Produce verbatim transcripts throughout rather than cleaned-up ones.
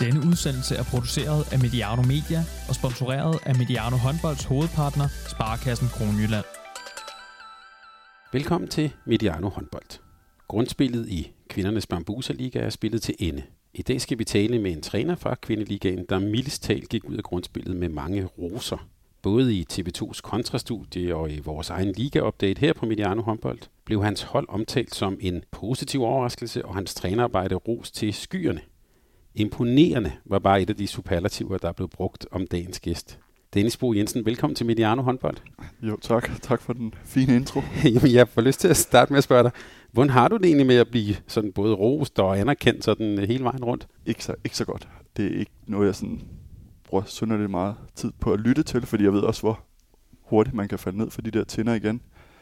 Denne udsendelse er produceret af Mediano Media og sponsoreret af Mediano Håndbolds hovedpartner, Sparekassen Kronjylland. Velkommen til Mediano Håndbold. Grundspillet i kvindernes Bambuser Liga er spillet til ende. I dag skal vi tale med en træner fra Kvindeligaen, der mildest talt gik ud af grundspillet med mange roser. Både i T V to's kontrastudie og i vores egen liga-update her på Mediano Håndbold blev hans hold omtalt som en positiv overraskelse og hans trænerarbejde ros til skyerne. Imponerende var bare et af de superlativer, der blev brugt om dagens gæst. Dennis Bo Jensen, velkommen til Mediano Håndbold. Jo, tak. Tak for den fine intro. Jamen, jeg får lyst til at starte med at spørge dig, hvordan har du det egentlig med at blive sådan både rost og anerkendt sådan hele vejen rundt? Ikke så, ikke så godt. Det er ikke noget, jeg sådan bruger synderligt meget tid på at lytte til, fordi jeg ved også, hvor hurtigt man kan falde ned for de der tinder igen.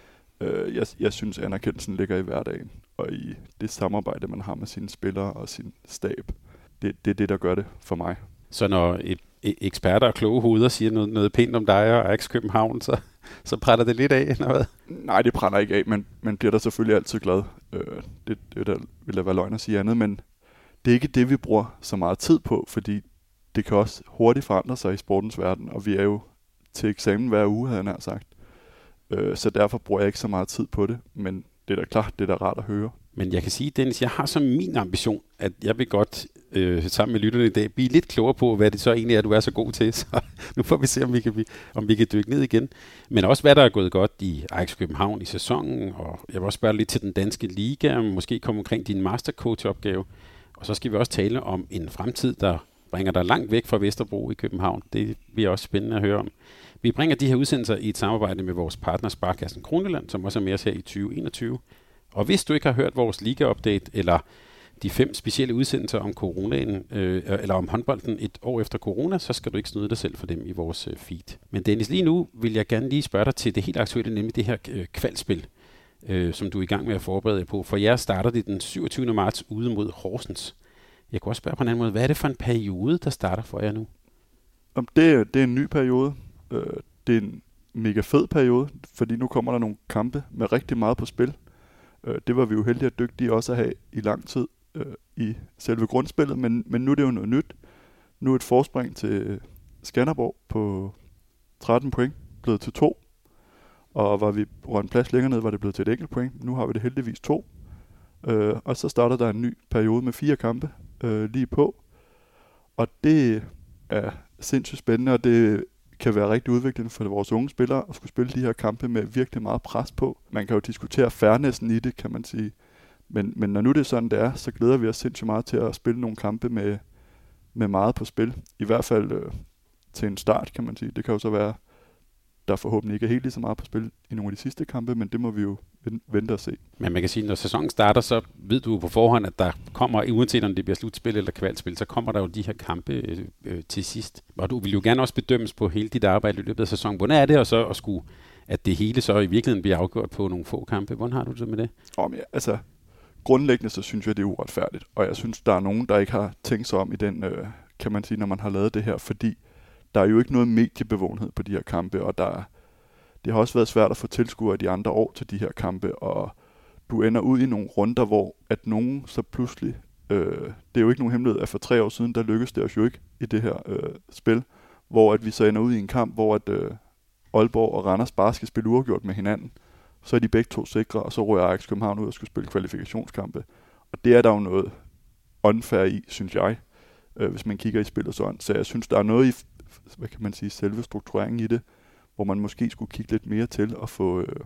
Uh, jeg, jeg synes, anerkendelsen ligger i hverdagen, og i det samarbejde, man har med sine spillere og sin stab. Det, det er det, der gør det for mig. Så når et, et eksperter og kloge hoveder siger noget, noget pænt om dig og Ajax København, så, så prætter det lidt af, eller hvad? Nej, det brænder ikke af, men man bliver da selvfølgelig altid glad. Uh, det, det der vil da være løgn at sige andet, men det er ikke det, vi bruger så meget tid på, fordi det kan også hurtigt forandre sig i sportens verden, og vi er jo til eksamen hver uge, havde jeg nær sagt. Uh, så derfor bruger jeg ikke så meget tid på det, men det er da klart, det er da rart at høre. Men jeg kan sige, Dennis, jeg har som min ambition, at jeg vil godt øh, sammen med lytterne i dag blive lidt klogere på, hvad det så egentlig er, du er så god til. Så nu får vi se, om vi kan, om vi kan dykke ned igen. Men også, hvad der er gået godt i Ajax København i sæsonen, og jeg vil også spørge lidt til den danske liga, og måske komme omkring din mastercoach-opgave. Og så skal vi også tale om en fremtid, der bringer dig langt væk fra Vesterbro i København. Det bliver også spændende at høre om. Vi bringer de her udsendelser i et samarbejde med vores partner Sparekassen Kronjylland, som også er med os her i tyve enogtyve. Og hvis du ikke har hørt vores liga-update, eller de fem specielle udsendelser om coronaen, øh, eller om håndbolden et år efter corona, så skal du ikke snyde dig selv for dem i vores øh, feed. Men Dennis, lige nu vil jeg gerne lige spørge dig til det helt aktuelle, nemlig det her øh, kvalspil, øh, som du er i gang med at forberede på. For jer starter det den syvogtyvende marts ude mod Horsens. Jeg kunne også spørge på en anden måde, hvad er det for en periode, der starter for jer nu? Om det, det er en ny periode. Øh, det er en mega fed periode, fordi nu kommer der nogle kampe med rigtig meget på spil. Det var vi jo heldige og dygtige også at have i lang tid øh, i selve grundspillet, men, men nu er det jo noget nyt. Nu er et forspring til Skanderborg på tretten point blevet til to, og var vi på en plads længere ned, var det blevet til et enkelt point. Nu har vi det heldigvis to, øh, og så starter der en ny periode med fire kampe øh, lige på, og det er sindssygt spændende, og det kan være rigtig udviklende for vores unge spillere at skulle spille de her kampe med virkelig meget pres på. Man kan jo diskutere fairnessen i det, kan man sige. Men, men når nu det er sådan, det er, så glæder vi os sindssygt meget til at spille nogle kampe med, med meget på spil. I hvert fald øh, til en start, kan man sige. Det kan jo så være, der forhåbentlig ikke er helt lige så meget på spil i nogle af de sidste kampe, men det må vi jo vente og se. Men man kan sige, at når sæsonen starter, så ved du på forhånd, at der kommer, uanset om det bliver slutspil eller kvalspil, så kommer der jo de her kampe øh, øh, til sidst. Og du vil jo gerne også bedømmes på hele dit arbejde i løbet af sæsonen. Hvordan er det og så at skulle, at det hele så i virkeligheden bliver afgjort på nogle få kampe? Hvordan har du det med det? Om ja, altså grundlæggende så synes jeg, det er uretfærdigt. Og jeg synes, der er nogen, der ikke har tænkt sig om i den, øh, kan man sige, når man har lavet det her, fordi der er jo ikke noget mediebevågenhed på de her kampe, og der det har også været svært at få tilskuere i de andre år til de her kampe, og du ender ud i nogle runder, hvor at nogen så pludselig, øh, det er jo ikke nogen hemmelighed, at for tre år siden, der lykkedes det os jo ikke i det her øh, spil, hvor at vi så ender ud i en kamp, hvor at øh, Aalborg og Randers bare skal spille uafgjort med hinanden. Så er de begge to sikre, og så ryger Ajax København ud og skal spille kvalifikationskampe. Og det er der jo noget unfair i, synes jeg, øh, hvis man kigger i spillet sådan. Så jeg synes, der er noget i, hvad kan man sige, selve struktureringen i det, hvor man måske skulle kigge lidt mere til at få, øh,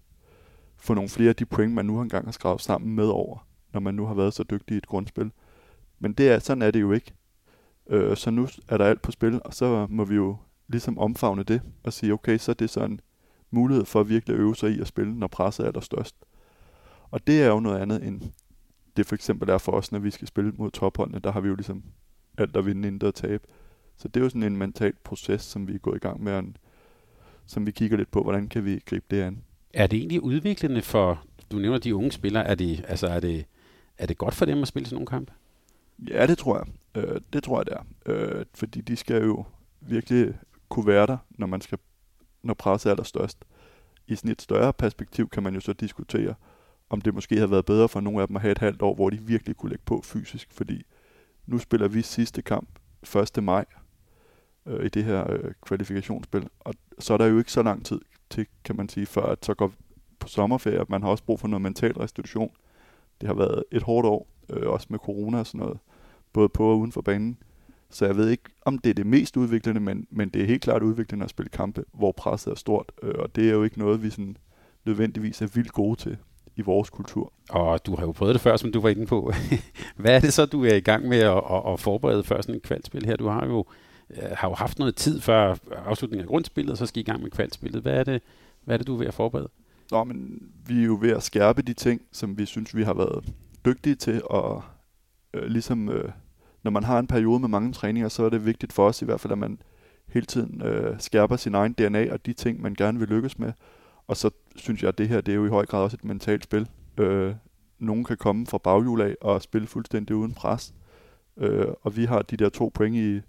få nogle flere af de point, man nu engang har skrevet sammen med over, når man nu har været så dygtig i et grundspil. Men det er, sådan er det jo ikke. Øh, så nu er der alt på spil, og så må vi jo ligesom omfavne det og sige, okay, så er det sådan en mulighed for at virkelig øve sig i at spille, når presset er allerstørst. Og det er jo noget andet, end det for eksempel er for os, når vi skal spille mod topholdene. Der har vi jo ligesom alt at vinde, intet at tabe. Så det er jo sådan en mental proces, som vi er gået i gang med, en, som vi kigger lidt på, hvordan kan vi gribe det an. Er det egentlig udviklende for, du nævner de unge spillere, er det, altså er det, er det godt for dem at spille sådan nogle kampe? Ja, det tror jeg. Øh, det tror jeg, det er. Øh, fordi de skal jo virkelig kunne være der, når man skal, når presset er allerstørst. I sådan et større perspektiv kan man jo så diskutere, om det måske havde været bedre for nogle af dem at have et halvt år, hvor de virkelig kunne lægge på fysisk, fordi nu spiller vi sidste kamp første maj øh, i det her øh, kvalifikationsspil, og så er der jo ikke så lang tid til, kan man sige, før at så går på sommerferie. Man har også brug for noget mental restitution. Det har været et hårdt år, øh, også med corona og sådan noget, både på og uden for banen. Så jeg ved ikke, om det er det mest udviklende, men, men det er helt klart udviklende at spille kampe, hvor presset er stort, øh, og det er jo ikke noget, vi sådan nødvendigvis er vildt gode til i vores kultur. Og du har jo prøvet det før, som du var inde på. Hvad er det så, du er i gang med at, at, at forberede før sådan et kvalspil her? Du har jo, har jo haft noget tid før afslutningen af grundspillet, og så skal I gang med kvalspillet. Hvad er det, hvad er det du er ved at forberede? Nå, men vi er jo ved at skærpe de ting, som vi synes, vi har været dygtige til, og øh, ligesom øh, når man har en periode med mange træninger, så er det vigtigt for os i hvert fald, at man hele tiden øh, skærper sin egen D N A og de ting, man gerne vil lykkes med. Og så synes jeg, at det her, det er jo i høj grad også et mentalt spil. Øh, nogen kan komme fra baghjul af og spille fuldstændig uden pres. Øh, og vi har de der to point i,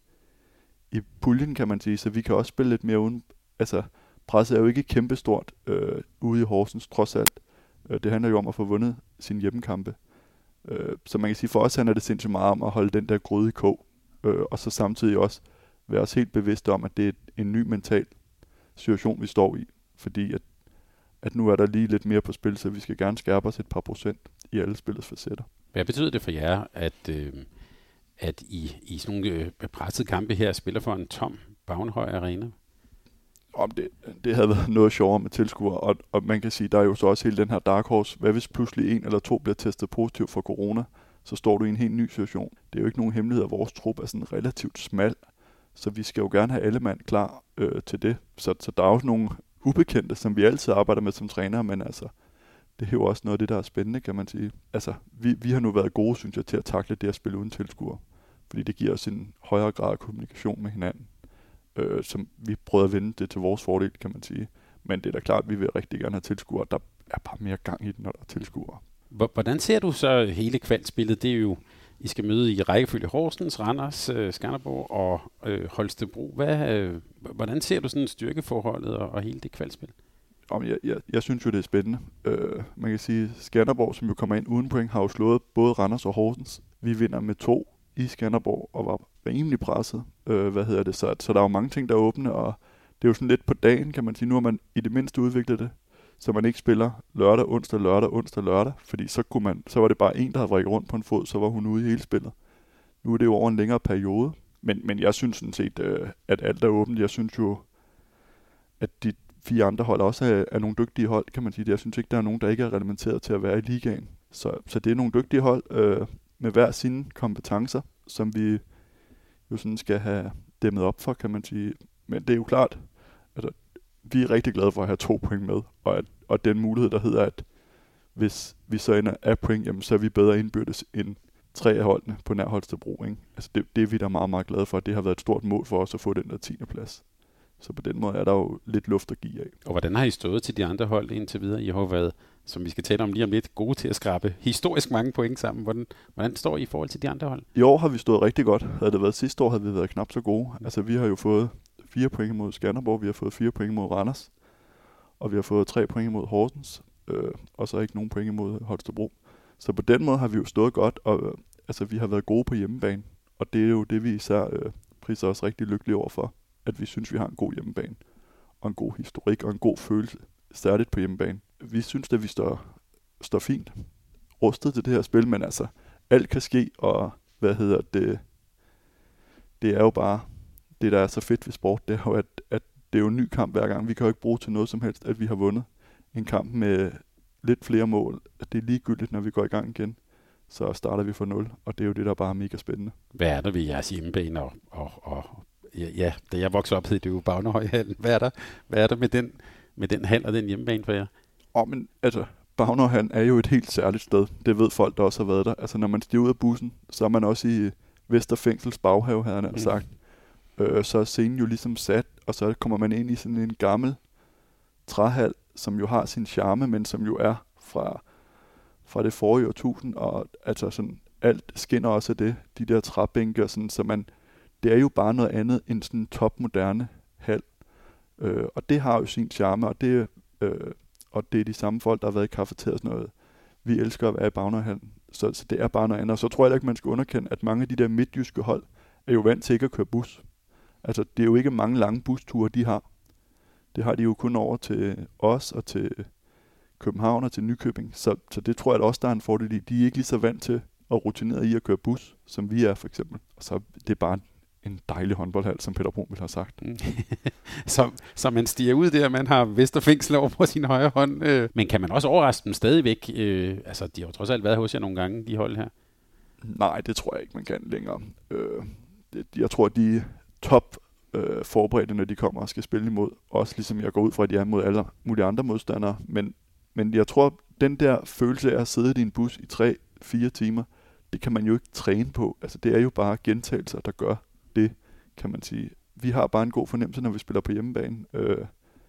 i puljen, kan man sige, så vi kan også spille lidt mere uden. Altså, presset er jo ikke kæmpestort øh, ude i Horsens, trods alt. Øh, det handler jo om at få vundet sine hjemmekampe. Øh, så man kan sige, for os handler det sindssygt meget om at holde den der gryde i kog. Øh, og så samtidig også være os helt bevidste om, at det er en ny mental situation, vi står i. Fordi at at nu er der lige lidt mere på spil, så vi skal gerne skærpe os et par procent i alle spillets facetter. Hvad betyder det for jer, at, øh, at I i sådan nogle øh, pressede kampe her spiller for en tom Bavnehøj Arena? Om det, det havde været noget sjovere med tilskuere, og, og man kan sige, der er jo så også hele den her dark horse. Hvad hvis pludselig en eller to bliver testet positivt for corona, så står du i en helt ny situation. Det er jo ikke nogen hemmelighed, at vores trup er sådan relativt smal, så vi skal jo gerne have alle mand klar øh, til det. Så, så der er også nogle ubekendte, som vi altid arbejder med som træner, men altså, det er jo også noget af det, der er spændende, kan man sige. Altså, vi, vi har nu været gode, synes jeg, til at takle det at spille uden tilskuere, fordi det giver os en højere grad af kommunikation med hinanden, øh, som vi prøver at vende det til vores fordel, kan man sige. Men det er da klart, at vi vil rigtig gerne have tilskuere. Der er bare mere gang i den, når der er tilskuere. Hvordan ser du så hele kvalspillet? Det er jo, I skal møde i rækkefølge Horsens, Randers, øh, Skanderborg og øh, Holstebro. Hvad, øh, hvordan ser du sådan styrkeforholdet og, og hele det kvalspil? Om jeg, jeg, jeg synes jo, det er spændende. Øh, man kan sige, Skanderborg, som jo kommer ind uden point, har jo slået både Randers og Horsens. Vi vinder med to i Skanderborg og var rimelig presset. Øh, hvad hedder det? Så, så der er jo mange ting, der er åbne, og det er jo sådan lidt på dagen, kan man sige. Nu har man i det mindste udviklet det, så man ikke spiller lørdag, onsdag, lørdag, onsdag, lørdag, fordi så, kunne man, så var det bare en, der havde vrikket rundt på en fod, så var hun ude i hele spillet. Nu er det jo over en længere periode, men, men jeg synes sådan set, at alt er åbent. Jeg synes jo, at de fire andre hold også er, er nogle dygtige hold, kan man sige. Jeg synes ikke, der er nogen, der ikke er reglementeret til at være i ligaen. Så, så det er nogle dygtige hold øh, med hver sine kompetencer, som vi jo sådan skal have dæmmet op for, kan man sige. Men det er jo klart, at vi er rigtig glade for at have to point med, og, at, og den mulighed, der hedder, at hvis vi så ender af point, jamen, så er vi bedre indbyrdes end tre af holdene på nær Holstebro. Ikke? Altså det, det er vi da meget, meget glade for. Det har været et stort mål for os at få den der tiende plads. Så på den måde er der jo lidt luft at give af. Og hvordan har I stået til de andre hold indtil videre? I har været, som vi skal tale om lige om lidt, gode til at skrabe historisk mange point sammen. Hvordan, hvordan står I i forhold til de andre hold? I år har vi stået rigtig godt. Havde det været sidste år, havde vi været knap så gode. Mm. Altså vi har jo fået fire point mod Skanderborg, vi har fået fire point mod Randers, og vi har fået tre point mod Horsens, øh, og så ikke nogen point mod Holstebro. Så på den måde har vi jo stået godt, og øh, altså, vi har været gode på hjemmebane, og det er jo det, vi især øh, priser os rigtig lykkelige over for, at vi synes, vi har en god hjemmebane, og en god historik, og en god følelse, særligt på hjemmebane. Vi synes, at vi står, står fint rustet til det her spil, men altså, alt kan ske, og hvad hedder det, det er jo bare, det, der er så fedt ved sport, det er jo, at, at det er jo en ny kamp hver gang. Vi kan jo ikke bruge til noget som helst, at vi har vundet en kamp med lidt flere mål. Det er ligegyldigt, når vi går i gang igen. Så starter vi fra nul, og det er jo det, der bare er mega spændende. Hvad er der ved jeres hjemmebane? Og, og, og, ja, da jeg voksede op, hed det jo Bavnehøjhallen. Hvad er der, hvad er der med, den, med den hal og den hjemmebane for jer? Åh, men altså, Bavnehøjhallen er jo et helt særligt sted. Det ved folk, der også har været der. Altså, når man stiger ud af bussen, så er man også i Vesterfængsels baghave, havde han mm. sagt. Øh, så er scenen jo ligesom sat, og så kommer man ind i sådan en gammel træhal, som jo har sin charme, men som jo er fra, fra det forrige årtusind, og altså sådan, alt skinner også af det, de der træbænke og sådan, så man, det er jo bare noget andet end sådan en topmoderne hal. Øh, og det har jo sin charme, og det, øh, og det er de samme folk, der har været i kafeteriet og sådan noget. Vi elsker at være i Bavnehøjhallen, Så, så det er bare noget andet. Og så tror jeg ikke, man skal underkende, at mange af de der midtjyske hold er jo vant til ikke at køre bus. Altså, det er jo ikke mange lange busture, de har. Det har de jo kun over til os og til København og til Nykøbing. Så, så det tror jeg også, der er en fordel i. De er ikke lige så vant til at rutinere i at køre bus, som vi er for eksempel. Og så det er bare en dejlig håndboldhal, som Peter Brun ville have sagt. så, så man stiger ud der, man har Vesterfængsel over på sin højre hånd. Øh. Men kan man også overraske dem stadigvæk? Øh, altså, de har jo trods alt været hos jer nogle gange, de hold her. Nej, det tror jeg ikke, man kan længere. Øh, det, jeg tror, de er top øh, forberedte, når de kommer og skal spille imod. Også ligesom jeg går ud fra, at de er mod alle mulige andre modstandere. Men, men jeg tror, den der følelse af at sidde i en bus i tre, fire timer, det kan man jo ikke træne på. Altså, det er jo bare gentagelser, der gør det, kan man sige. Vi har bare en god fornemmelse, når vi spiller på hjemmebane. Øh,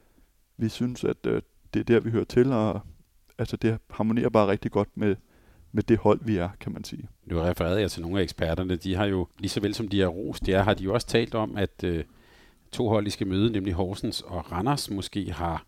vi synes, at øh, det er der, vi hører til, og altså, det harmonerer bare rigtig godt med, med det hold, vi er, kan man sige. Nu refererede jeg til nogle af eksperterne. De har jo, lige så vel som de er rost, de er, har de jo også talt om, at øh, to hold, de skal møde, nemlig Horsens og Randers, måske har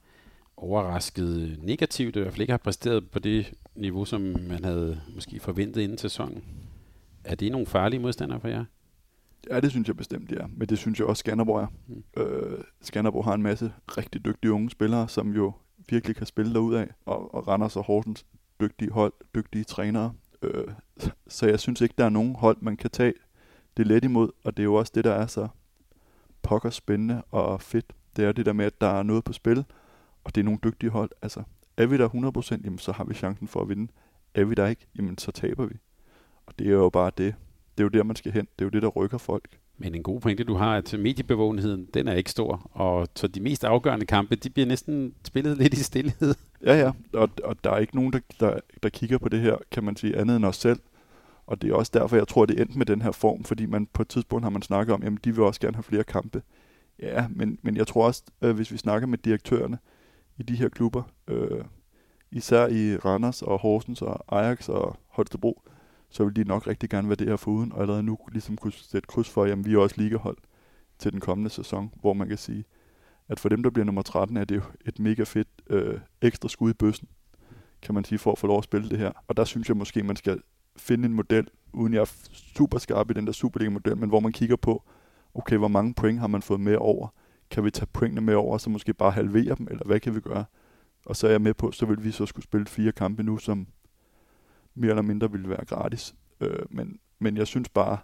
overrasket negativt, i hvert fald ikke har præsteret på det niveau, som man havde måske forventet inden sæsonen. Er det nogle farlige modstandere for jer? Ja, det synes jeg bestemt, ja. Men det synes jeg også, Skanderborg er. Mm. Øh, Skanderborg har en masse rigtig dygtige unge spillere, som jo virkelig kan spille derudad. Og, og Randers og Horsens dygtige hold, dygtige trænere. Øh, så jeg synes ikke, der er nogen hold, man kan tage det let imod. Og det er jo også det, der er så pokker spændende og fedt. Det er det der med, at der er noget på spil, og det er nogle dygtige hold. Altså, er vi der hundrede procent, jamen, så har vi chancen for at vinde. Er vi der ikke, jamen, så taber vi. Og det er jo bare det. Det er jo der, man skal hen. Det er jo det, der rykker folk. Men en god pointe, du har, at mediebevågenheden, den er ikke stor. Og så de mest afgørende kampe, de bliver næsten spillet lidt i stillhed. Ja, ja. Og, og der er ikke nogen, der, der, der kigger på det her, kan man sige, andet end os selv. Og det er også derfor, jeg tror, det endte med den her form. Fordi man på et tidspunkt har man snakket om, jamen de vil også gerne have flere kampe. Ja, men, men jeg tror også, øh, hvis vi snakker med direktørerne i de her klubber, øh, især i Randers og Horsens og Ajax og Holstebro, så vil de nok rigtig gerne være det her foruden, og allerede nu ligesom kunne sætte kryds for, jamen vi er også ligahold til den kommende sæson, hvor man kan sige, at for dem, der bliver nummer tretten, er det jo et mega fedt øh, ekstra skud i bøssen, kan man sige, for at få lov at spille det her. Og der synes jeg måske, man skal finde en model, uden jeg er super skarp i den der Superliga-model, men hvor man kigger på, okay, hvor mange point har man fået med over? Kan vi tage pointene med over, så måske bare halvere dem, eller hvad kan vi gøre? Og så er jeg med på, så vil vi så skulle spille fire kampe nu, som mere eller mindre ville være gratis. Øh, men, men jeg synes bare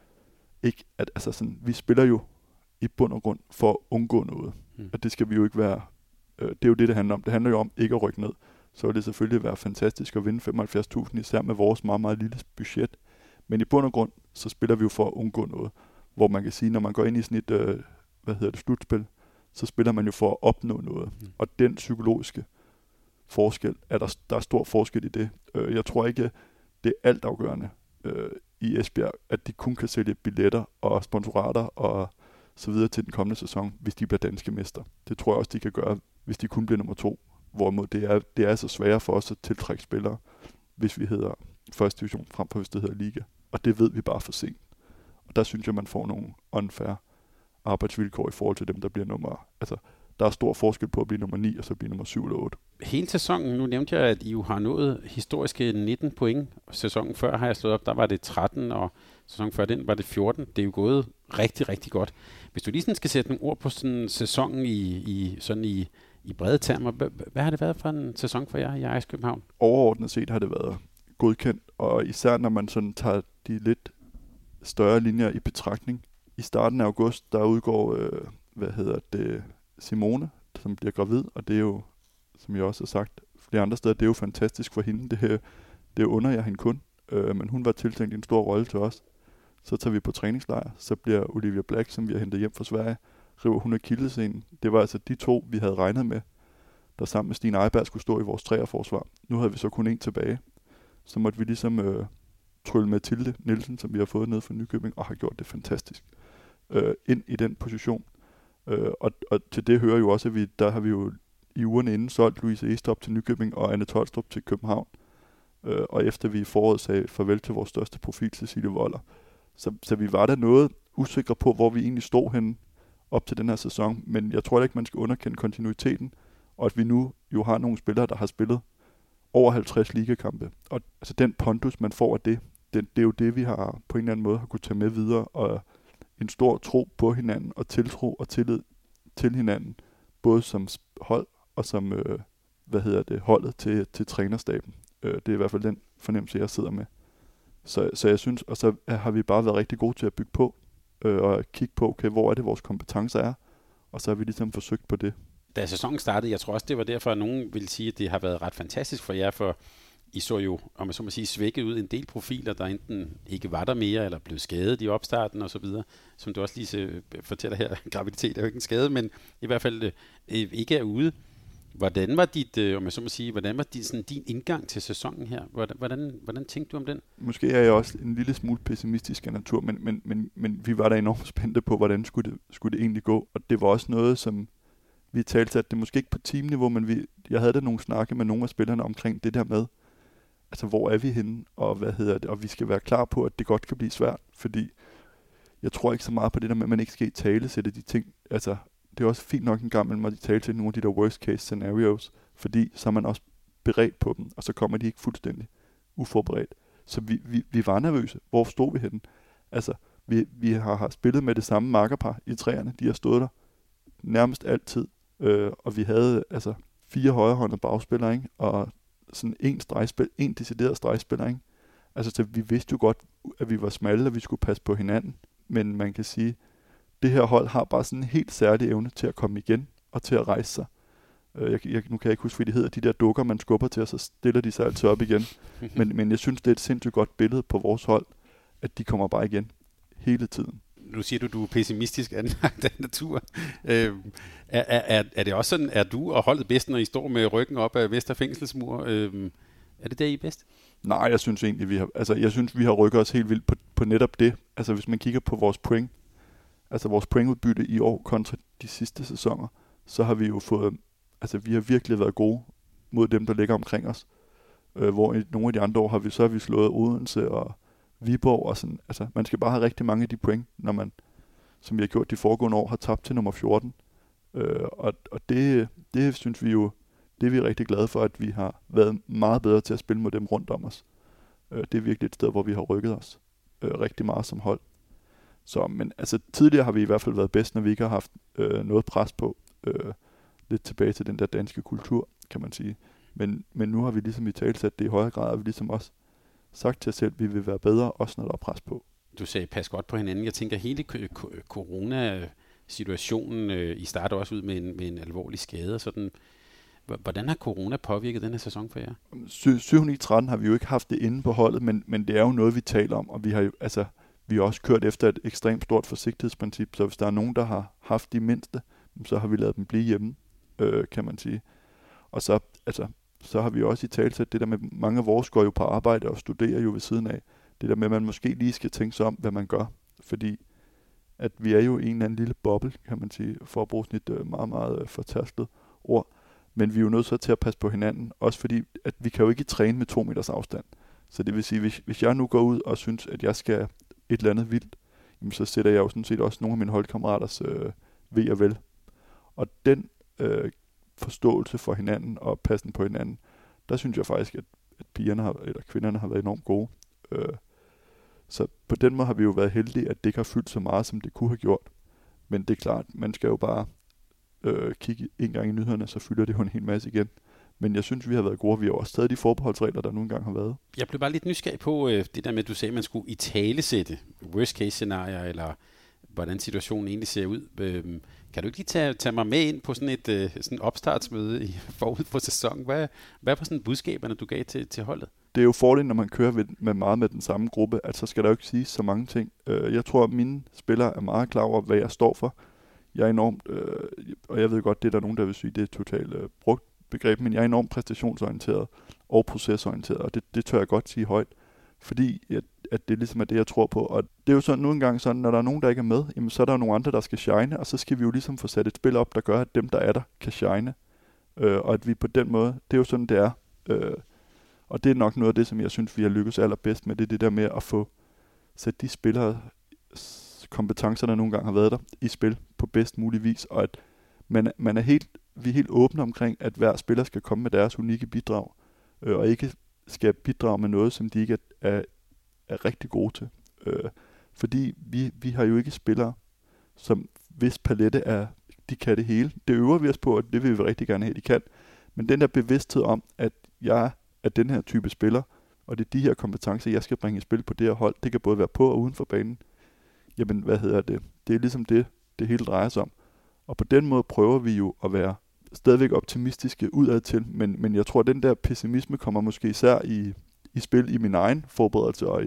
ikke, at altså sådan, vi spiller jo i bund og grund for at undgå noget. Mm. Og det skal vi jo ikke være. Øh, det er jo det, det handler om. Det handler jo om ikke at rykke ned. Så vil det selvfølgelig være fantastisk at vinde femoghalvfjerds tusind, især med vores meget, meget lille budget. Men i bund og grund, så spiller vi jo for at undgå noget. Hvor man kan sige, når man går ind i sådan et, øh, hvad hedder det, slutspil, så spiller man jo for at opnå noget. Mm. Og den psykologiske forskel, er der, der er stor forskel i det. Øh, jeg tror ikke, det er altafgørende øh, i Esbjerg, at de kun kan sælge billetter og sponsorater og så videre til den kommende sæson, hvis de bliver danske mester. Det tror jeg også, de kan gøre, hvis de kun bliver nummer to. Hvorimod det er, det er så sværere for os at tiltrække spillere, hvis vi hedder første division, frem for hvis det hedder liga. Og det ved vi bare for sent. Og der synes jeg, man får nogle unfair arbejdsvilkår i forhold til dem, der bliver nummer... Altså, der er stor forskel på at blive nummer ni, og så blive nummer syv eller otte. Hele sæsonen, nu nævnte jeg, at I jo har nået historiske nitten point. Sæsonen før har jeg slået op, der var det tretten, og sæsonen før den var det fjorten. Det er jo gået rigtig, rigtig godt. Hvis du lige sådan skal sætte nogle ord på sådan sæsonen i, i, sådan i, i brede termer, hvad, hvad har det været for en sæson for jer i Ajax København? Overordnet set har det været godkendt, og især når man sådan tager de lidt større linjer i betragtning. I starten af august, der udgår, øh, hvad hedder det, Simone, som bliver gravid, og det er jo, som jeg også har sagt flere andre steder, det er jo fantastisk for hende. Det her, det under jeg hende kun, øh, men hun var tiltænkt en stor rolle til os. Så tager vi på træningslejr, så bliver Olivia Black, som vi har hentet hjem fra Sverige, river hun akillessenen. Det var altså de to, vi havde regnet med, der sammen med Stine Ejberg skulle stå i vores træerforsvar. Nu havde vi så kun en tilbage. Så måtte vi ligesom øh, trylle Mathilde Nielsen, som vi har fået ned fra Nykøbing, og har gjort det fantastisk, øh, ind i den position. Øh, og, og til det hører jo også, at vi, der har vi jo i ugerne inden solgt Louise Estop til Nykøbing og Anne Tolstrup til København. Øh, og efter vi i foråret sagde farvel til vores største profil, Cecilie Woller. Så, så vi var der noget usikre på, hvor vi egentlig stod henne op til den her sæson. Men jeg tror ikke, man skal underkende kontinuiteten, og at vi nu jo har nogle spillere, der har spillet over halvtreds ligakampe. Og altså den pondus, man får af det, det, det er jo det, vi har på en eller anden måde har kunne tage med videre, og en stor tro på hinanden, og tiltro og tillid til hinanden, både som hold og som, øh, hvad hedder det, holdet til, til trænerstaben. Øh, det er i hvert fald den fornemmelse, jeg sidder med. Så, så jeg synes, og så har vi bare været rigtig gode til at bygge på, øh, og kigge på, okay, hvor er det, vores kompetencer er, og så har vi ligesom forsøgt på det. Da sæsonen startede, jeg tror også, det var derfor, at nogen ville sige, at det har været ret fantastisk for jer, for I så jo, om man så må sige, svækket ud en del profiler, der enten ikke var der mere, eller blev skadet i opstarten og så videre. Som du også lige fortæller her, graviditet er jo ikke en skade, men i hvert fald øh, ikke er ude. Hvordan var dit, øh, om man så må sige, hvordan var din, sådan, din indgang til sæsonen her? Hvordan, hvordan, hvordan tænkte du om den? Måske er jeg også en lille smule pessimistisk af natur, men, men, men, men vi var da enormt spændte på, hvordan skulle det, skulle det egentlig gå. Og det var også noget, som vi talte, at det måske ikke på teamniveau, men vi, jeg havde da nogle snakke med nogle af spillerne omkring det der med, altså hvor er vi henne, og hvad hedder det, og vi skal være klar på, at det godt kan blive svært, fordi jeg tror ikke så meget på det der med, at man ikke skal tale sætte de ting, altså det er også fint nok en gang mellem at tale til nogle af de der worst case scenarios, fordi så er man også beredt på dem, og så kommer de ikke fuldstændig uforberedt. Så vi, vi, vi var nervøse. Hvor stod vi henne? Altså, vi, vi har, har spillet med det samme makkerpar i træerne, de har stået der nærmest altid, øh, og vi havde altså fire højrehåndede bagspillere, ikke? Og sådan en stregspil, en decideret stregspiller, ikke? Altså, så vi vidste jo godt, at vi var smalle, og vi skulle passe på hinanden, men man kan sige, det her hold har bare sådan en helt særlig evne til at komme igen og til at rejse sig. Jeg, jeg, nu kan jeg ikke huske, hvad de hedder, de der dukker, man skubber til, og så stiller de sig altid op igen. Men, men jeg synes, det er et sindssygt godt billede på vores hold, at de kommer bare igen hele tiden. Nu siger du, du er pessimistisk anlagt af natur. Øh, er, er, er det også sådan, er du og holdet bedst, når I står med ryggen op af Vester Fængselsmur? Øh, er det der, I er bedst? Nej, jeg synes egentlig, vi har, altså, jeg synes, vi har rykket os helt vildt på, på netop det. Altså, hvis man kigger på vores point, altså vores pointudbytte i år kontra de sidste sæsoner, så har vi jo fået, altså vi har virkelig været gode mod dem, der ligger omkring os. Øh, hvor i nogle af de andre år har vi så har vi slået Odense og Viborg og sådan. Altså man skal bare have rigtig mange af de point, når man, som vi har gjort de foregående år, har tabt til nummer fjorten. Øh, og og det, det synes vi jo, det er vi rigtig glade for, at vi har været meget bedre til at spille mod dem rundt om os. Øh, det er virkelig et sted, hvor vi har rykket os øh, rigtig meget som hold. Så, men altså tidligere har vi i hvert fald været bedst, når vi ikke har haft øh, noget pres på. Øh, lidt tilbage til den der danske kultur, kan man sige. Men, men nu har vi ligesom i talsat det i højere grad, og vi ligesom også sagt til os selv, at vi vil være bedre, også når der er pres på. Du sagde, pas godt på hinanden. Jeg tænker, hele corona-situationen, øh, I starter også ud med en, med en alvorlig skade. Sådan. Hvordan har corona påvirket den her sæson for jer? syv ni tretten har vi jo ikke haft det inde på holdet, men, men det er jo noget, vi taler om, og vi har jo, altså, vi har også kørt efter et ekstremt stort forsigtighedsprincip, så hvis der er nogen, der har haft de mindste, så har vi ladet dem blive hjemme, øh, kan man sige. Og så, altså, så har vi også i talsæt det der med, mange af vores går jo på arbejde og studerer jo ved siden af. Det der med, at man måske lige skal tænke sig om, hvad man gør. Fordi at vi er jo en eller anden lille boble, kan man sige, for at bruge sådan et øh, meget, meget øh, fortærsket ord. Men vi er jo nødt til at passe på hinanden, også fordi, at vi kan jo ikke træne med to meters afstand. Så det vil sige, hvis, hvis jeg nu går ud og synes, at jeg skal et eller andet vildt, jamen så sætter jeg jo sådan set også nogle af mine holdkammeraters øh, ved og vel. Og den øh, forståelse for hinanden og passen på hinanden, der synes jeg faktisk, at, at pigerne har, eller kvinderne har været enormt gode. Øh, så på den måde har vi jo været heldige, at det ikke har fyldt så meget, som det kunne have gjort. Men det er klart, man skal jo bare øh, kigge en gang i nyhederne, så fylder det jo en hel masse igen. Men jeg synes, vi har været gode. Vi har også stadig de forbeholdsregler, der nogle gange har været. Jeg blev bare lidt nysgerrig på øh, det der med, at du sagde, at man skulle italesætte worst case scenarier, eller hvordan situationen egentlig ser ud. Øh, kan du ikke lige tage, tage mig med ind på sådan et øh, sådan opstartsmøde i, forud for sæsonen? Hvad, hvad var sådan budskaberne, du gav til, til holdet? Det er jo fordelen, når man kører med, med meget med den samme gruppe, at så skal der jo ikke sige så mange ting. Øh, jeg tror, at mine spillere er meget klar over, hvad jeg står for. Jeg er enormt, øh, og jeg ved godt, det er der nogen, der vil sige, det er totalt øh, brugt begreb, men jeg er enormt præstationsorienteret og procesorienteret, og det, det tør jeg godt sige højt, fordi at, at det ligesom er det, jeg tror på. Og det er jo sådan nu engang sådan, når der er nogen, der ikke er med, jamen, så er der jo nogle andre, der skal shine, og så skal vi jo ligesom få sat et spil op, der gør, at dem, der er der, kan shine. Øh, og at vi på den måde, det er jo sådan, det er. Øh, og det er nok noget af det, som jeg synes, vi har lykkes allerbedst med, det er det der med at få sat de spillere, kompetencer, der nogle gange har været der, i spil på bedst mulig vis, og at man, man er helt vi er helt åbne omkring, at hver spiller skal komme med deres unikke bidrag. øh, og ikke skal bidrage med noget, som de ikke er, er, er rigtig gode til. Øh, fordi vi, vi har jo ikke spillere, som hvis palette er, de kan det hele. Det øver vi os på, og det vil vi rigtig gerne have, de kan. Men den der bevidsthed om, at jeg er den her type spiller, og det er de her kompetencer, jeg skal bringe i spil på det her hold, det kan både være på og uden for banen. Jamen, hvad hedder det? Det er ligesom det, det hele drejer sig om. Og på den måde prøver vi jo at være stadigvæk optimistiske udad til, men, men jeg tror, at den der pessimisme kommer måske især i, i spil i min egen forberedelse og i,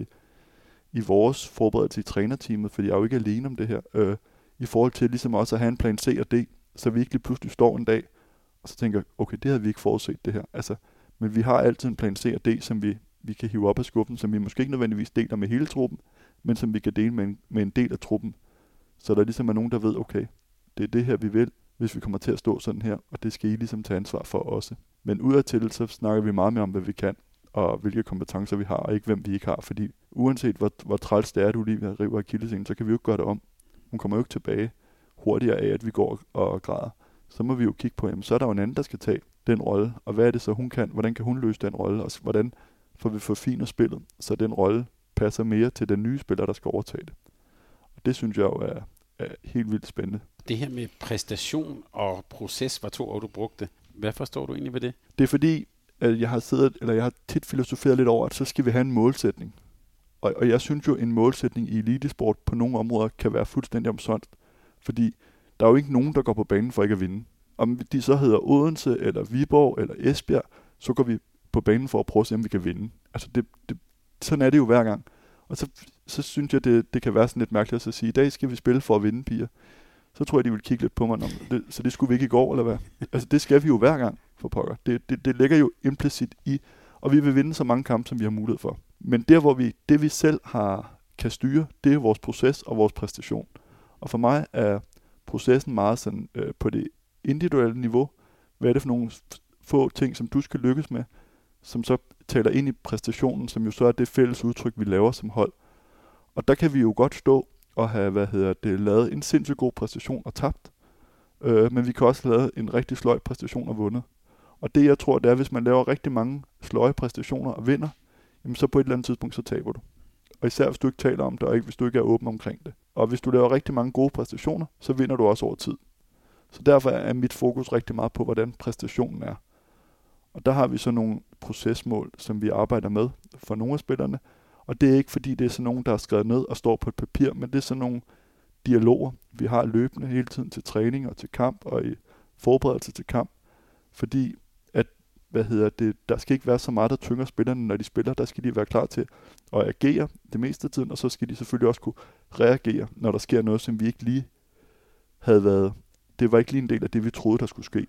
i vores forberedelse i trænerteamet, fordi jeg er jo ikke alene om det her, øh, i forhold til ligesom også at have en plan C og D, så vi ikke lige pludselig står en dag, og så tænker, okay, det havde vi ikke forudset det her. Altså, men vi har altid en plan C og D, som vi, vi kan hive op af skuffen, som vi måske ikke nødvendigvis deler med hele truppen, men som vi kan dele med en, med en del af truppen. Så der ligesom er nogen, der ved, okay, det er det her, vi vil, hvis vi kommer til at stå sådan her, og det skal I ligesom tage ansvar for også. Men udadtil, så snakker vi meget mere om, hvad vi kan, og hvilke kompetencer vi har, og ikke hvem vi ikke har, fordi uanset hvor, hvor træls det er, at Olivia river akillescenen, så kan vi jo ikke gøre det om. Hun kommer jo ikke tilbage hurtigere af, at vi går og græder. Så må vi jo kigge på, jamen så er der jo en anden, der skal tage den rolle, og hvad er det så, hun kan? Hvordan kan hun løse den rolle? Og hvordan får vi forfinet spillet, så den rolle passer mere til den nye spiller, der skal overtage det. Og det synes jeg jo er, er helt vildt spændende. Det her med præstation og proces var to ord, du brugte. Hvad forstår du egentlig ved det? Det er fordi, at jeg har siddet, eller jeg har tit filosoferet lidt over, at så skal vi have en målsætning. Og, og jeg synes jo, en målsætning i elitesport på nogle områder kan være fuldstændig omsonst. Fordi der er jo ikke nogen, der går på banen for ikke at vinde. Om de så hedder Odense, eller Viborg, eller Esbjerg, så går vi på banen for at prøve at se, om vi kan vinde. Altså det, det, sådan er det jo hver gang. Og så, så synes jeg, det, det kan være sådan lidt mærkeligt at sige, i dag skal vi spille for at vinde, piger. Så tror jeg, de vil kigge lidt på mig, om det, så det skulle vi ikke i går, eller hvad? Altså det skal vi jo hver gang for pokker. Det, det, det ligger jo implicit i, og vi vil vinde så mange kampe, som vi har mulighed for. Men der, hvor vi, det vi selv har, kan styre, det er vores proces og vores præstation. Og for mig er processen meget sådan, øh, på det individuelle niveau. Hvad er det for nogle få ting, som du skal lykkes med, som så taler ind i præstationen, som jo så er det fælles udtryk, vi laver som hold. Og der kan vi jo godt stå og have, hvad hedder det, lavet en sindssygt god præstation og tabt. Øh, men vi kan også have lavet en rigtig sløj præstation og vundet. Og det, jeg tror, det er, hvis man laver rigtig mange sløje præstationer og vinder, jamen så på et eller andet tidspunkt, så taber du. Og især hvis du ikke taler om det, og ikke, hvis du ikke er åben omkring det. Og hvis du laver rigtig mange gode præstationer, så vinder du også over tid. Så derfor er mit fokus rigtig meget på, hvordan præstationen er. Og der har vi så nogle procesmål, som vi arbejder med for nogle af spillerne. Og det er ikke fordi, det er sådan nogen, der er skrevet ned og står på et papir, men det er sådan nogle dialoger, vi har løbende hele tiden til træning og til kamp og i forberedelse til kamp. Fordi at, hvad hedder det, der skal ikke være så meget, der tynger spillerne, når de spiller. Der skal de være klar til at agere det meste af tiden, og så skal de selvfølgelig også kunne reagere, når der sker noget, som vi ikke lige havde været. Det var ikke lige en del af det, vi troede, der skulle ske.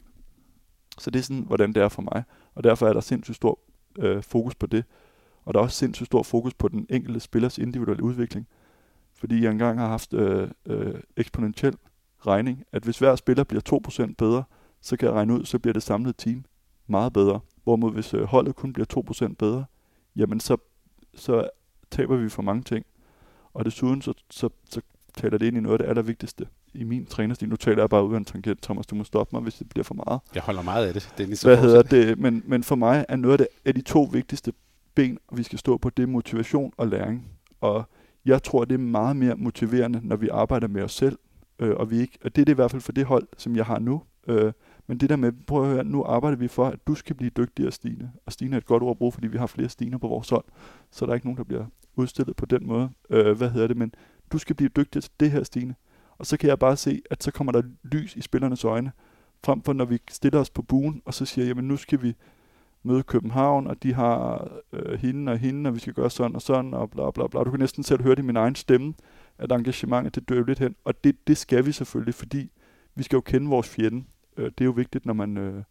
Så det er sådan, hvordan det er for mig. Og derfor er der sindssygt stor øh, fokus på det. Og der er også sindssygt stor fokus på den enkelte spillers individuelle udvikling. Fordi jeg engang har haft øh, øh, eksponentiel regning, at hvis hver spiller bliver to procent bedre, så kan jeg regne ud, så bliver det samlede team meget bedre. Hvorimod hvis øh, holdet kun bliver to procent bedre, jamen så, så taber vi for mange ting. Og desuden så, så, så taler det ind i noget af det allervigtigste i min trænerstil. Nu taler jeg bare ud af en tangent, Thomas, du må stoppe mig, hvis det bliver for meget. Jeg holder meget af det. det er Hvad hedder det? Men, men for mig er noget af, det, af de to vigtigste ben, vi skal stå på, det er motivation og læring. Og jeg tror, det er meget mere motiverende, når vi arbejder med os selv. Øh, og, vi ikke, og det er det i hvert fald for det hold, som jeg har nu. Øh, men det der med, prøv at høre, nu arbejder vi for, at du skal blive dygtigere, Stine. Og Stine er et godt ord at bruge, fordi vi har flere Stiner på vores hold. Så der er ikke nogen, der bliver udstillet på den måde. Øh, hvad hedder det? Men du skal blive dygtigere til det her, Stine. Og så kan jeg bare se, at så kommer der lys i spillernes øjne. Frem for når vi stiller os på buen, og så siger, jamen nu skal vi møde København, og de har øh, hende og hende, og vi skal gøre sådan og sådan, og bla bla bla. Du kan næsten selv høre det i min egen stemme, at engagementet, det dør lidt hen. Og det, det skal vi selvfølgelig, fordi vi skal jo kende vores fjende. Øh, det er jo vigtigt, når man... Øh,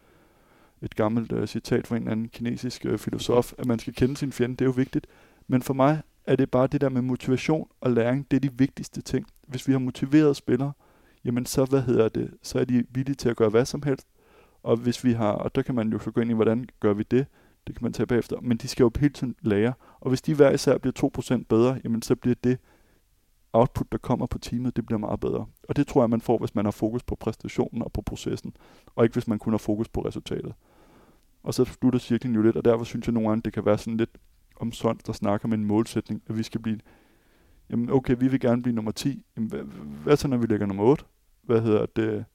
et gammelt øh, citat fra en eller anden kinesisk øh, filosof, at man skal kende sin fjende, det er jo vigtigt. Men for mig er det bare det der med motivation og læring, det er de vigtigste ting. Hvis vi har motiverede spillere, jamen så, hvad hedder det, så er de villige til at gøre hvad som helst. Og hvis vi har, og der kan man jo så gå ind i, hvordan gør vi det, det kan man tage bagefter, men de skal jo hele tiden lære. Og hvis de hver især bliver to procent bedre, jamen så bliver det output, der kommer på teamet, det bliver meget bedre. Og det tror jeg, man får, hvis man har fokus på præstationen og på processen, og ikke hvis man kun har fokus på resultatet. Og så slutter cirklen jo lidt, og derfor synes jeg nogle gange, det kan være sådan lidt omsondt, der snakker med en målsætning, at vi skal blive, jamen okay, vi vil gerne blive nummer ti. Jamen, hvad, hvad så, når vi ligger nummer otte? Hvad hedder det?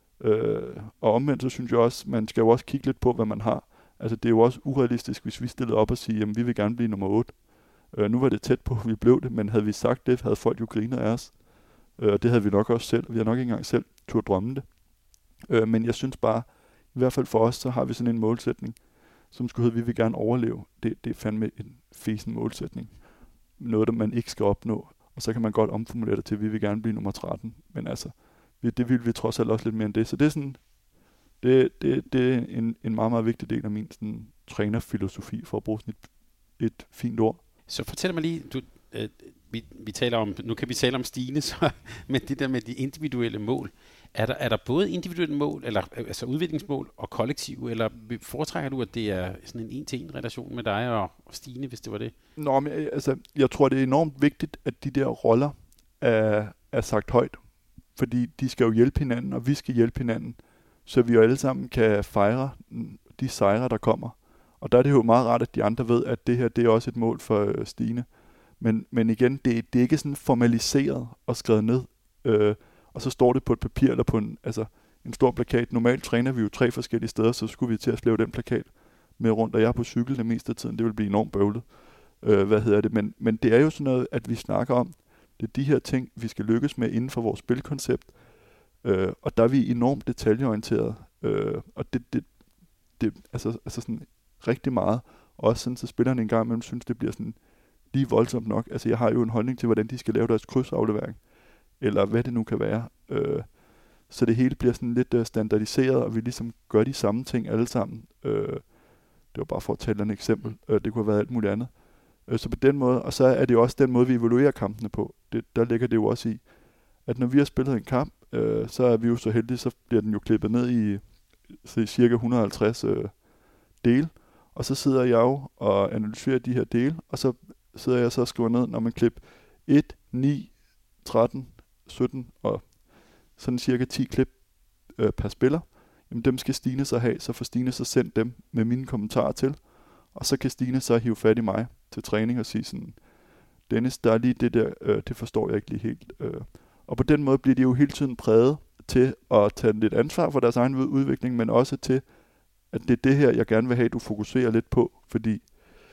Øh, og omvendt, så synes jeg også, man skal jo også kigge lidt på, hvad man har. Altså, det er jo også urealistisk, hvis vi stillede op og siger, jamen, vi vil gerne blive nummer otte. Øh, nu var det tæt på, at vi blev det, men havde vi sagt det, havde folk jo grinet af os. Øh, og det havde vi nok også selv. Vi har nok ikke engang selv turde drømme det. Øh, men jeg synes bare, i hvert fald for os, så har vi sådan en målsætning, som skulle hedde, vi vil gerne overleve. Det, det er fandme en fesen målsætning. Noget, der man ikke skal opnå. Og så kan man godt omformulere det til, at vi vil gerne blive nummer tretten. Men altså, vi, det vil vi trods alt også lidt mere end det. Så det er sådan, det, det, det er en, en meget, meget vigtig del af min sådan, trænerfilosofi, for at bruge sådan et, et fint ord. Så fortæl mig lige, du, øh, vi, vi taler om, nu kan vi tale om Stine, så, men det der med de individuelle mål, er der, er der både individuelle mål, eller altså udviklingsmål og kollektive, eller foretrækker du, at det er sådan en en-til-en relation med dig og Stine, hvis det var det? Nå, men altså, jeg tror, det er enormt vigtigt, at de der roller er, er sagt højt, fordi de skal jo hjælpe hinanden, og vi skal hjælpe hinanden, så vi jo alle sammen kan fejre de sejre, der kommer. Og der er det jo meget rart, at de andre ved, at det her, det er også et mål for øh, Stine. Men, men igen, det, det er ikke sådan formaliseret og skrevet ned, øh, og så står det på et papir eller på en, altså, en stor plakat. Normalt træner vi jo tre forskellige steder, så skulle vi til at slæve den plakat med rundt, og jeg er på cykel det meste af tiden. Det vil blive enormt bøvlet. Øh, hvad hedder det? Men, men det er jo sådan noget, at vi snakker om, det er de her ting, vi skal lykkes med inden for vores spilkoncept. Øh, og der er vi enormt detaljeorienteret. Øh, og det, det, det altså, altså sådan rigtig meget. Og også sådan, så spillerne en gang imellem synes, det bliver sådan lige voldsomt nok. Altså jeg har jo en holdning til, hvordan de skal lave deres krydsaflevering. Eller hvad det nu kan være. Øh, så det hele bliver sådan lidt uh, standardiseret, og vi ligesom gør de samme ting alle sammen. Øh, det var bare for at tage et eksempel. Øh, det kunne have været alt muligt andet. Øh, så på den måde, og så er det jo også den måde, vi evaluerer kampene på. Det, der ligger det jo også i, at når vi har spillet en kamp, øh, så er vi jo så heldige, så bliver den jo klippet ned i, så i cirka et hundrede og halvtreds øh, dele. Og så sidder jeg jo og analyserer de her dele, og så sidder jeg så og skriver ned, når man klipper et, ni, tretten, sytten og sådan cirka ti klip øh, per spiller. Jamen dem skal Stine så have, så får Stine så sendt dem med mine kommentarer til, og så kan Stine så hive fat i mig til træning og sige sådan, Dennis, der er lige det der, øh, det forstår jeg ikke lige helt. Øh. Og på den måde bliver de jo hele tiden præget til at tage lidt ansvar for deres egen udvikling, men også til, at det er det her, jeg gerne vil have, du fokuserer lidt på, fordi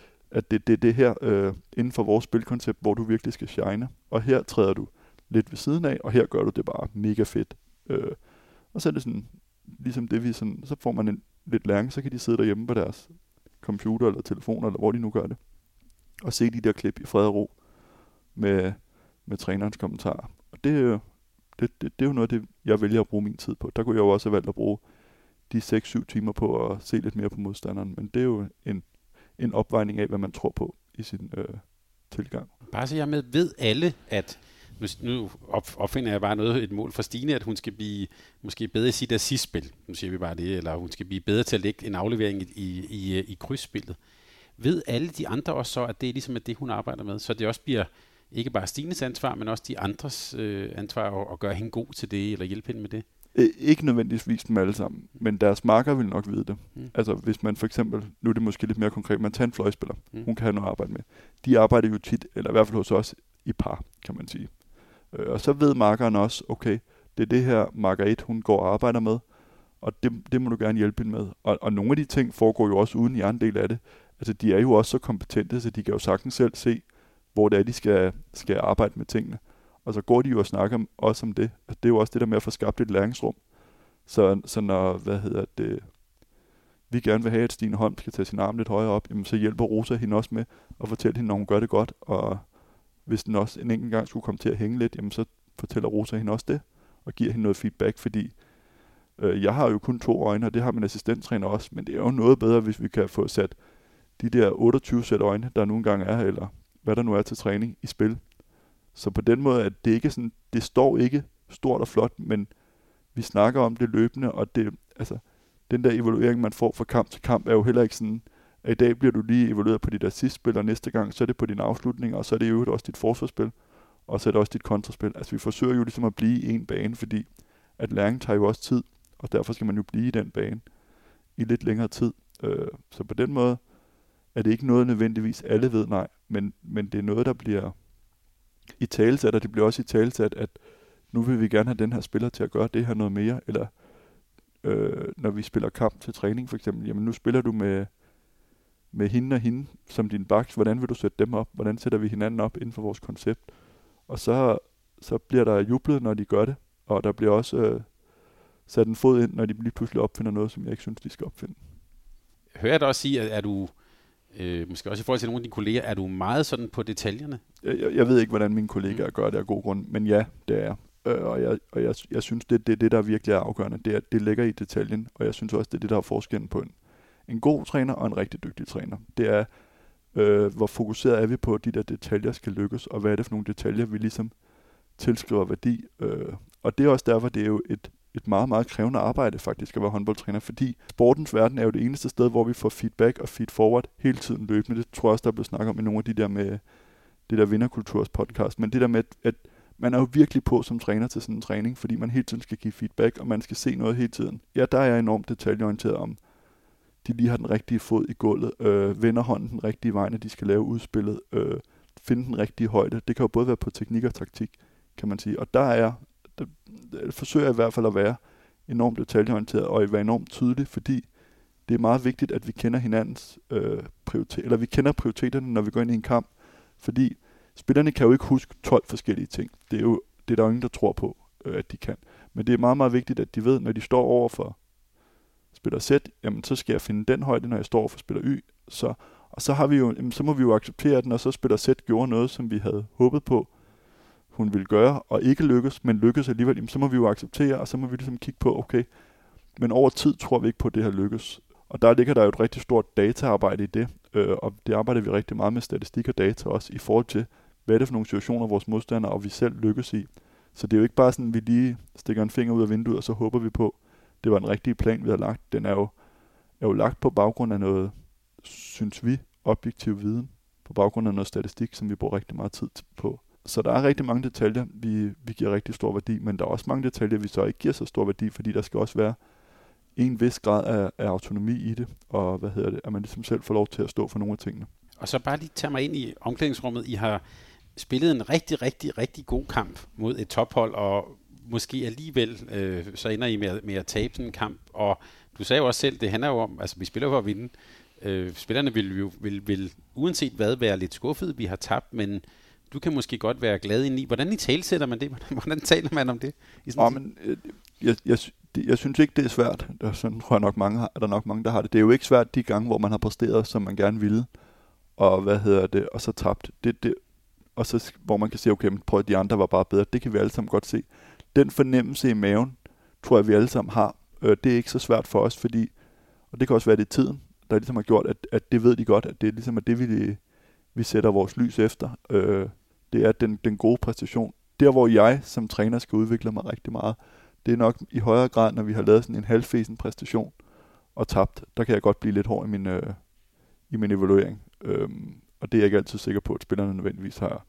at det er det, det her øh, inden for vores spilkoncept, hvor du virkelig skal shine. Og her træder du lidt ved siden af, og her gør du det bare mega fedt. Øh, og så er det sådan, ligesom det vi sådan, så får man en lidt læring, så kan de sidde derhjemme på deres computer eller telefoner, eller hvor de nu gør det, og se de der klip i fred og ro med, med trænerens kommentarer. Og det, det, det, det er jo noget, det, jeg vælger at bruge min tid på. Der kunne jeg jo også have valgt at bruge de seks syv timer på at se lidt mere på modstanderen, men det er jo en, en opvejning af, hvad man tror på i sin øh, tilgang. Bare så jeg med, ved alle, at nu, nu opfinder jeg bare noget, et mål for Stine, at hun skal blive måske bedre i sit assistspil, nu siger vi bare det, eller hun skal blive bedre til at lægge en aflevering i, i, i, i krydsspillet. Ved alle de andre også så, at det er ligesom det, hun arbejder med, så det også bliver ikke bare Stines ansvar, men også de andres øh, ansvar at, at gøre hende god til det, eller hjælpe hende med det? Ikke nødvendigvis dem alle sammen, men deres marker vil nok vide det. Mm. Altså hvis man for eksempel, nu er det måske lidt mere konkret, man tager en fløjspiller, mm. hun kan have noget at arbejde med. De arbejder jo tit, eller i hvert fald hos os, i par, kan man sige. Øh, og så ved markeren også, okay, det er det her marker et, hun går og arbejder med, og det, det må du gerne hjælpe hende med. Og, og nogle af de ting foregår jo også uden jerndel af det. Altså de er jo også så kompetente, så de kan jo sagtens selv se, hvor det er, de skal, skal arbejde med tingene. Og så går de jo og snakker også om det. Altså, det er jo også det der med at få skabt et læringsrum. Så, så når, hvad hedder det, vi gerne vil have, at Stine Holm skal tage sin arm lidt højere op, jamen, så hjælper Rosa hende også med at fortælle hende, når hun gør det godt. Og hvis den også en enkelt gang skulle komme til at hænge lidt, jamen, så fortæller Rosa hende også det, og giver hende noget feedback, fordi øh, jeg har jo kun to øjne, og det har min assistenttræner også, men det er jo noget bedre, hvis vi kan få sat de der otteogtyve sæt øjne, der nogle gange er, eller hvad der nu er til træning, i spil. Så på den måde, at det ikke sådan, det står ikke stort og flot, men vi snakker om det løbende, og det, altså, den der evaluering, man får fra kamp til kamp, er jo heller ikke sådan, at i dag bliver du lige evalueret på dit assistspil, og næste gang, så er det på din afslutning, og så er det jo også dit forsvarsspil, og så er det også dit kontraspil. Altså vi forsøger jo ligesom at blive i en bane, fordi at læring tager jo også tid, og derfor skal man jo blive i den bane i lidt længere tid. Øh, så på den måde er det ikke noget nødvendigvis alle ved, nej, men, men det er noget, der bliver i talesat, og det bliver også i talesat, at nu vil vi gerne have den her spiller til at gøre det her noget mere, eller øh, når vi spiller kamp til træning for eksempel, jamen nu spiller du med, med hende og hende som din backs, hvordan vil du sætte dem op, hvordan sætter vi hinanden op inden for vores koncept, og så, så bliver der jublet, når de gør det, og der bliver også øh, sat en fod ind, når de lige pludselig opfinder noget, som jeg ikke synes, de skal opfinde. Hører jeg dig også sige, at er du, øh, måske også i forhold til nogle af dine kolleger, er du meget sådan på detaljerne? Jeg, jeg, jeg ved ikke, hvordan mine kollegaer mm. gør det af god grund, men ja, det er jeg. Øh, og jeg, og jeg, jeg synes, det er det, det, der virkelig er afgørende. Det, er, det ligger i detaljen, og jeg synes også, det er det, der er forskellen på en, en god træner og en rigtig dygtig træner. Det er, øh, hvor fokuseret er vi på, at de der detaljer skal lykkes, og hvad er det for nogle detaljer, vi ligesom tilskriver værdi. Øh, og det er også derfor, det er jo et et meget, meget krævende arbejde faktisk at være håndboldtræner, fordi sportens verden er jo det eneste sted, hvor vi får feedback og feed-forward hele tiden løbende. Det tror jeg også, der er blevet snakket om i nogle af de der med det der vinderkulturs podcast, men det der med, at man er jo virkelig på som træner til sådan en træning, fordi man hele tiden skal give feedback, og man skal se noget hele tiden. Ja, der er jeg enormt detaljeorienteret om, de lige har den rigtige fod i gulvet, øh, vender hånden den rigtige vej, når de skal lave udspillet, øh, finde den rigtige højde. Det kan jo både være på teknik og taktik, kan man sige, og der er jeg Der, der forsøger jeg i hvert fald at være enormt detaljeorienteret og at være enormt tydelig, fordi det er meget vigtigt, at vi kender hinandens øh, prioriteter, eller vi kender prioriteterne, når vi går ind i en kamp, fordi spillerne kan jo ikke huske tolv forskellige ting. Det er jo det er der jo ingen, der tror på, øh, at de kan. Men det er meget, meget vigtigt, at de ved, når de står over for spiller Z, jamen så skal jeg finde den højde, når jeg står over for spiller Y, så, og så, har vi jo, jamen, så må vi jo acceptere den, og så spiller Z gjorde noget, som vi havde håbet på, hun ville gøre, og ikke lykkes, men lykkes alligevel, jamen, så må vi jo acceptere, og så må vi ligesom kigge på, okay, men over tid tror vi ikke på, at det her lykkes. Og der ligger der jo et rigtig stort dataarbejde i det, øh, og det arbejder vi rigtig meget med statistik og data også, i forhold til, hvad er det for nogle situationer, vores modstandere og vi selv lykkes i. Så det er jo ikke bare sådan, at vi lige stikker en finger ud af vinduet, og så håber vi på, det var den rigtige plan, vi har lagt. Den er jo, er jo lagt på baggrund af noget, synes vi, objektiv viden, på baggrund af noget statistik, som vi bruger rigtig meget tid på. Så der er rigtig mange detaljer, vi, vi giver rigtig stor værdi, men der er også mange detaljer, vi så ikke giver så stor værdi, fordi der skal også være en vis grad af, af autonomi i det, og hvad hedder det, at man ligesom selv får lov til at stå for nogle af tingene. Og så bare lige tage mig ind i omklædningsrummet. I har spillet en rigtig, rigtig, rigtig god kamp mod et tophold, og måske alligevel øh, så ender I med, med at tabe sådan en kamp, og du sagde jo også selv, det handler jo om, altså vi spiller jo for at vinde. Øh, spillerne vil jo vil, vil, uanset hvad være lidt skuffet, vi har tabt, men du kan måske godt være glad ind i. Hvordan i talesætter man det? Hvordan taler man om det? Oh, men, øh, jeg, jeg, det, jeg synes ikke, det er svært. Der, sådan tror jeg nok mange har, er der nok mange, der har det. Det er jo ikke svært de gange, hvor man har præsteret, som man gerne ville, og hvad hedder det, og så tabt. Det, det, og så, hvor man kan sige, okay, men prøv, de andre var bare bedre. Det kan vi alle sammen godt se. Den fornemmelse i maven, tror jeg, vi alle sammen har. Øh, det er ikke så svært for os, fordi, og det kan også være det i tiden, der ligesom har gjort, at, at det ved de godt, at det ligesom er det, vi, vi sætter vores lys efter. Øh, det er den, den gode præstation. Der, hvor jeg som træner skal udvikle mig rigtig meget, det er nok i højere grad, når vi har lavet sådan en halvfesen præstation og tabt. Der kan jeg godt blive lidt hård i min, øh, i min evaluering. Øhm, og det er jeg ikke altid sikker på, at spillerne nødvendigvis har,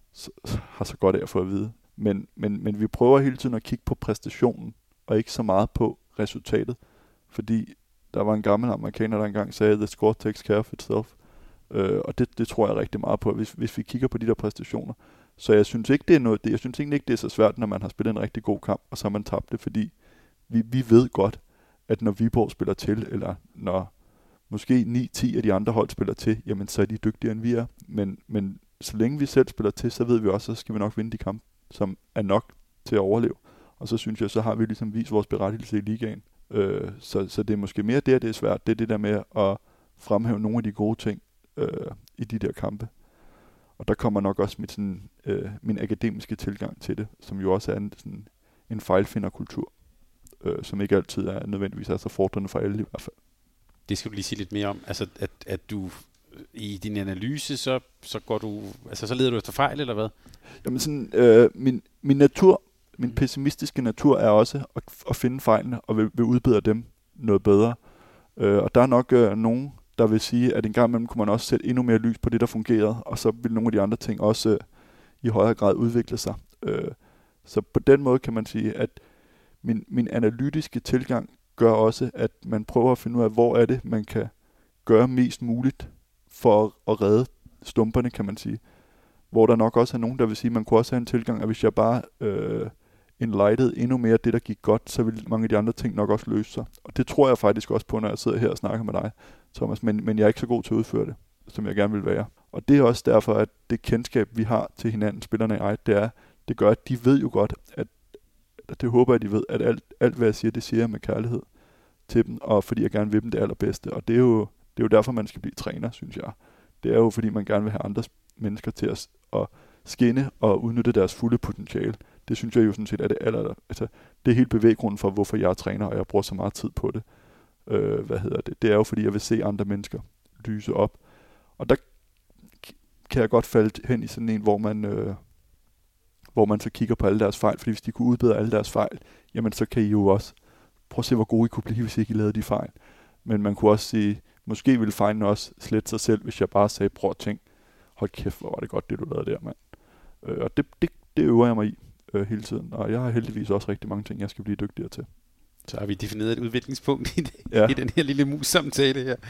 har så godt af at få at vide. Men, men, men vi prøver hele tiden at kigge på præstationen, og ikke så meget på resultatet. Fordi der var en gammel amerikaner, der engang sagde, the score takes care of itself. Øh, og det, det tror jeg rigtig meget på, hvis, hvis vi kigger på de der præstationer. Så jeg synes ikke, det er noget, det, jeg synes ikke, det er så svært, når man har spillet en rigtig god kamp, og så har man tabt det, fordi vi, vi ved godt, at når Viborg spiller til, eller når måske ni ti af de andre hold spiller til, jamen så er de dygtigere, end vi er. Men, men så længe vi selv spiller til, så ved vi også, så skal vi nok vinde de kampe, som er nok til at overleve. Og så synes jeg, så har vi ligesom vist vores berettigelse i ligaen. Øh, så, så det er måske mere det, det er svært. Det er det der med at fremhæve nogle af de gode ting øh, i de der kampe. Og der kommer nok også mit, sådan, øh, min akademiske tilgang til det, som jo også er en, sådan, en fejlfinderkultur, øh, som ikke altid er nødvendigvis er så fordrende for alle i hvert fald. Det skal du lige sige lidt mere om. Altså, at, at du i din analyse, så, så går du, altså så leder du efter fejl, eller hvad? Jamen sådan, øh, min, min natur, min pessimistiske natur er også at, at finde fejlene, og vil, vil udbedre dem noget bedre. Øh, og der er nok øh, nogen, der vil sige, at en gang imellem kunne man også sætte endnu mere lys på det, der fungerede, og så vil nogle af de andre ting også øh, i højere grad udvikle sig. Øh, så på den måde kan man sige, at min, min analytiske tilgang gør også, at man prøver at finde ud af, hvor er det, man kan gøre mest muligt for at, at redde stumperne, kan man sige. Hvor der nok også er nogen, der vil sige, at man kunne også have en tilgang, at hvis jeg bare øh, enlightede endnu mere det, der gik godt, så ville mange af de andre ting nok også løse sig. Og det tror jeg faktisk også på, når jeg sidder her og snakker med dig, Thomas, men, men jeg er ikke så god til at udføre det, som jeg gerne vil være. Og det er også derfor, at det kendskab, vi har til hinanden, spillerne i eget, det er, det gør, at de ved jo godt, at det håber jeg, de ved, at alt, alt hvad jeg siger, det siger jeg med kærlighed til dem, og fordi jeg gerne vil dem det allerbedste. Og det er jo, det er jo derfor, man skal blive træner, synes jeg. Det er jo, fordi man gerne vil have andre mennesker til at, at skinne og udnytte deres fulde potentiale. Det synes jeg jo sådan set er det aller, altså det er helt bevæggrunden for, hvorfor jeg er træner, og jeg bruger så meget tid på det. Øh, hvad hedder det? Det er jo, fordi jeg vil se andre mennesker lyse op. Og der kan jeg godt falde hen i sådan en, hvor man, øh, hvor man så kigger på alle deres fejl, fordi hvis de kunne udbedre alle deres fejl, jamen så kan I jo også prøve at se, hvor gode I kunne blive, hvis I ikke lavede de fejl. Men man kunne også sige, måske ville fejlen også slette sig selv, hvis jeg bare sagde, prøv at tænke, hold kæft, hvor var det godt, det du lavede der, mand. Øh, og det, det, det øver jeg mig i øh, hele tiden, og jeg har heldigvis også rigtig mange ting, jeg skal blive dygtigere til. Så har vi defineret et udviklingspunkt i, det, ja. i den her lille mus-samtale her.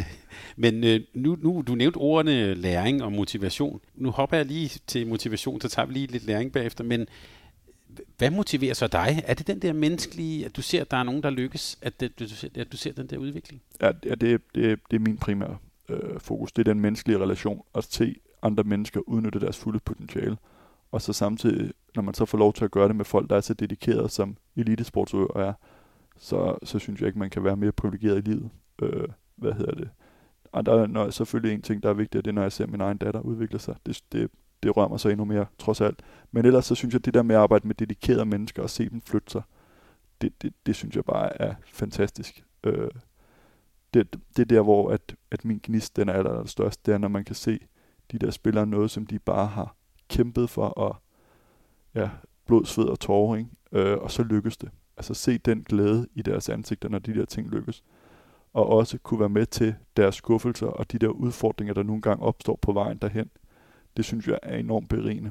Men øh, nu, nu, du nævnte ordene læring og motivation. Nu hopper jeg lige til motivation, så tager vi lige lidt læring bagefter. Men hvad motiverer så dig? Er det den der menneskelige, at du ser, at der er nogen, der lykkes, at, det, du, ser, at du ser den der udvikling? Ja, det, det, det er min primære øh, fokus. Det er den menneskelige relation, at se andre mennesker udnytte deres fulde potentiale. Og så samtidig, når man så får lov til at gøre det med folk, der er så dedikerede, som elitesportsudøvere er, så, så synes jeg ikke, man kan være mere privilegeret i livet. Øh, hvad hedder det? Og der er når, selvfølgelig en ting, der er vigtigt, og det er, når jeg ser min egen datter udvikle sig. Det, det, det rører mig så endnu mere, trods alt. Men ellers så synes jeg, det der med at arbejde med dedikerede mennesker og se dem flytte sig, det, det, det synes jeg bare er fantastisk. Øh, det, det er der, hvor at, at min gnist, den er aller, aller størst. Det er, når man kan se de der spillere noget, som de bare har kæmpet for, at ja, blod, sved og tårer, ikke? Øh, og så lykkes det. Altså se den glæde i deres ansigter, når de der ting lykkes. Og også kunne være med til deres skuffelser og de der udfordringer, der nogle gange opstår på vejen derhen. Det synes jeg er enormt berigende.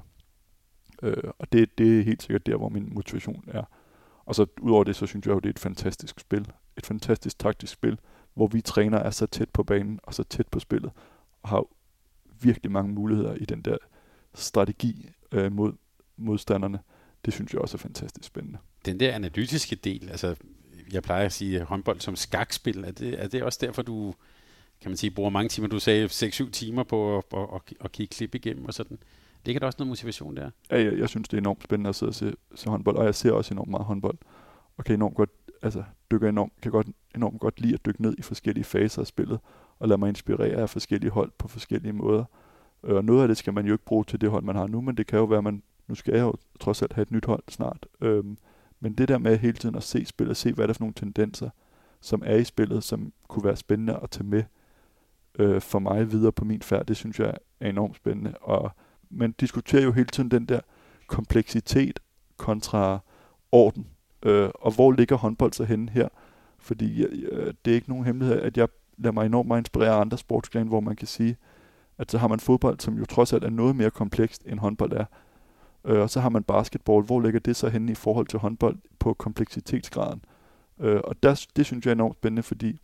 Øh, og det, det er helt sikkert der, hvor min motivation er. Og så udover det, så synes jeg jo, det er et fantastisk spil. Et fantastisk taktisk spil, hvor vi træner er så tæt på banen og så tæt på spillet. Og har virkelig mange muligheder i den der strategi øh, mod modstanderne. Det synes jeg også er fantastisk spændende. Den der analytiske del, altså jeg plejer at sige håndbold som skakspil, er det, er det også derfor, du kan man sige, bruger mange timer? Du sagde seks syv timer på at, at, at, at kigge klip igennem og sådan. Ligger der også noget motivation der? Ja, jeg, jeg synes, det er enormt spændende at sidde og se, se håndbold, og jeg ser også enormt meget håndbold. Og kan enormt godt, altså dykker enormt, kan godt, enormt godt lide at dykke ned i forskellige faser af spillet, og lade mig inspirere af forskellige hold på forskellige måder. Og noget af det skal man jo ikke bruge til det hold, man har nu, men det kan jo være, at man, nu skal jeg jo trods alt have et nyt hold snart. Øhm, men det der med hele tiden at se spillet, se hvad der er for nogle tendenser, som er i spillet, som kunne være spændende at tage med øh, for mig videre på min færd, det synes jeg er enormt spændende. Og man diskuterer jo hele tiden den der kompleksitet kontra orden. Øh, og hvor ligger håndbold så henne her? Fordi øh, det er ikke nogen hemmelighed, at jeg lader mig enormt meget inspirere af andre sportsgrene, hvor man kan sige, at så har man fodbold, som jo trods alt er noget mere komplekst, end håndbold er. Øh, og så har man basketball. Hvor ligger det så henne i forhold til håndbold på kompleksitetsgraden? Øh, og der, det synes jeg er enormt spændende, fordi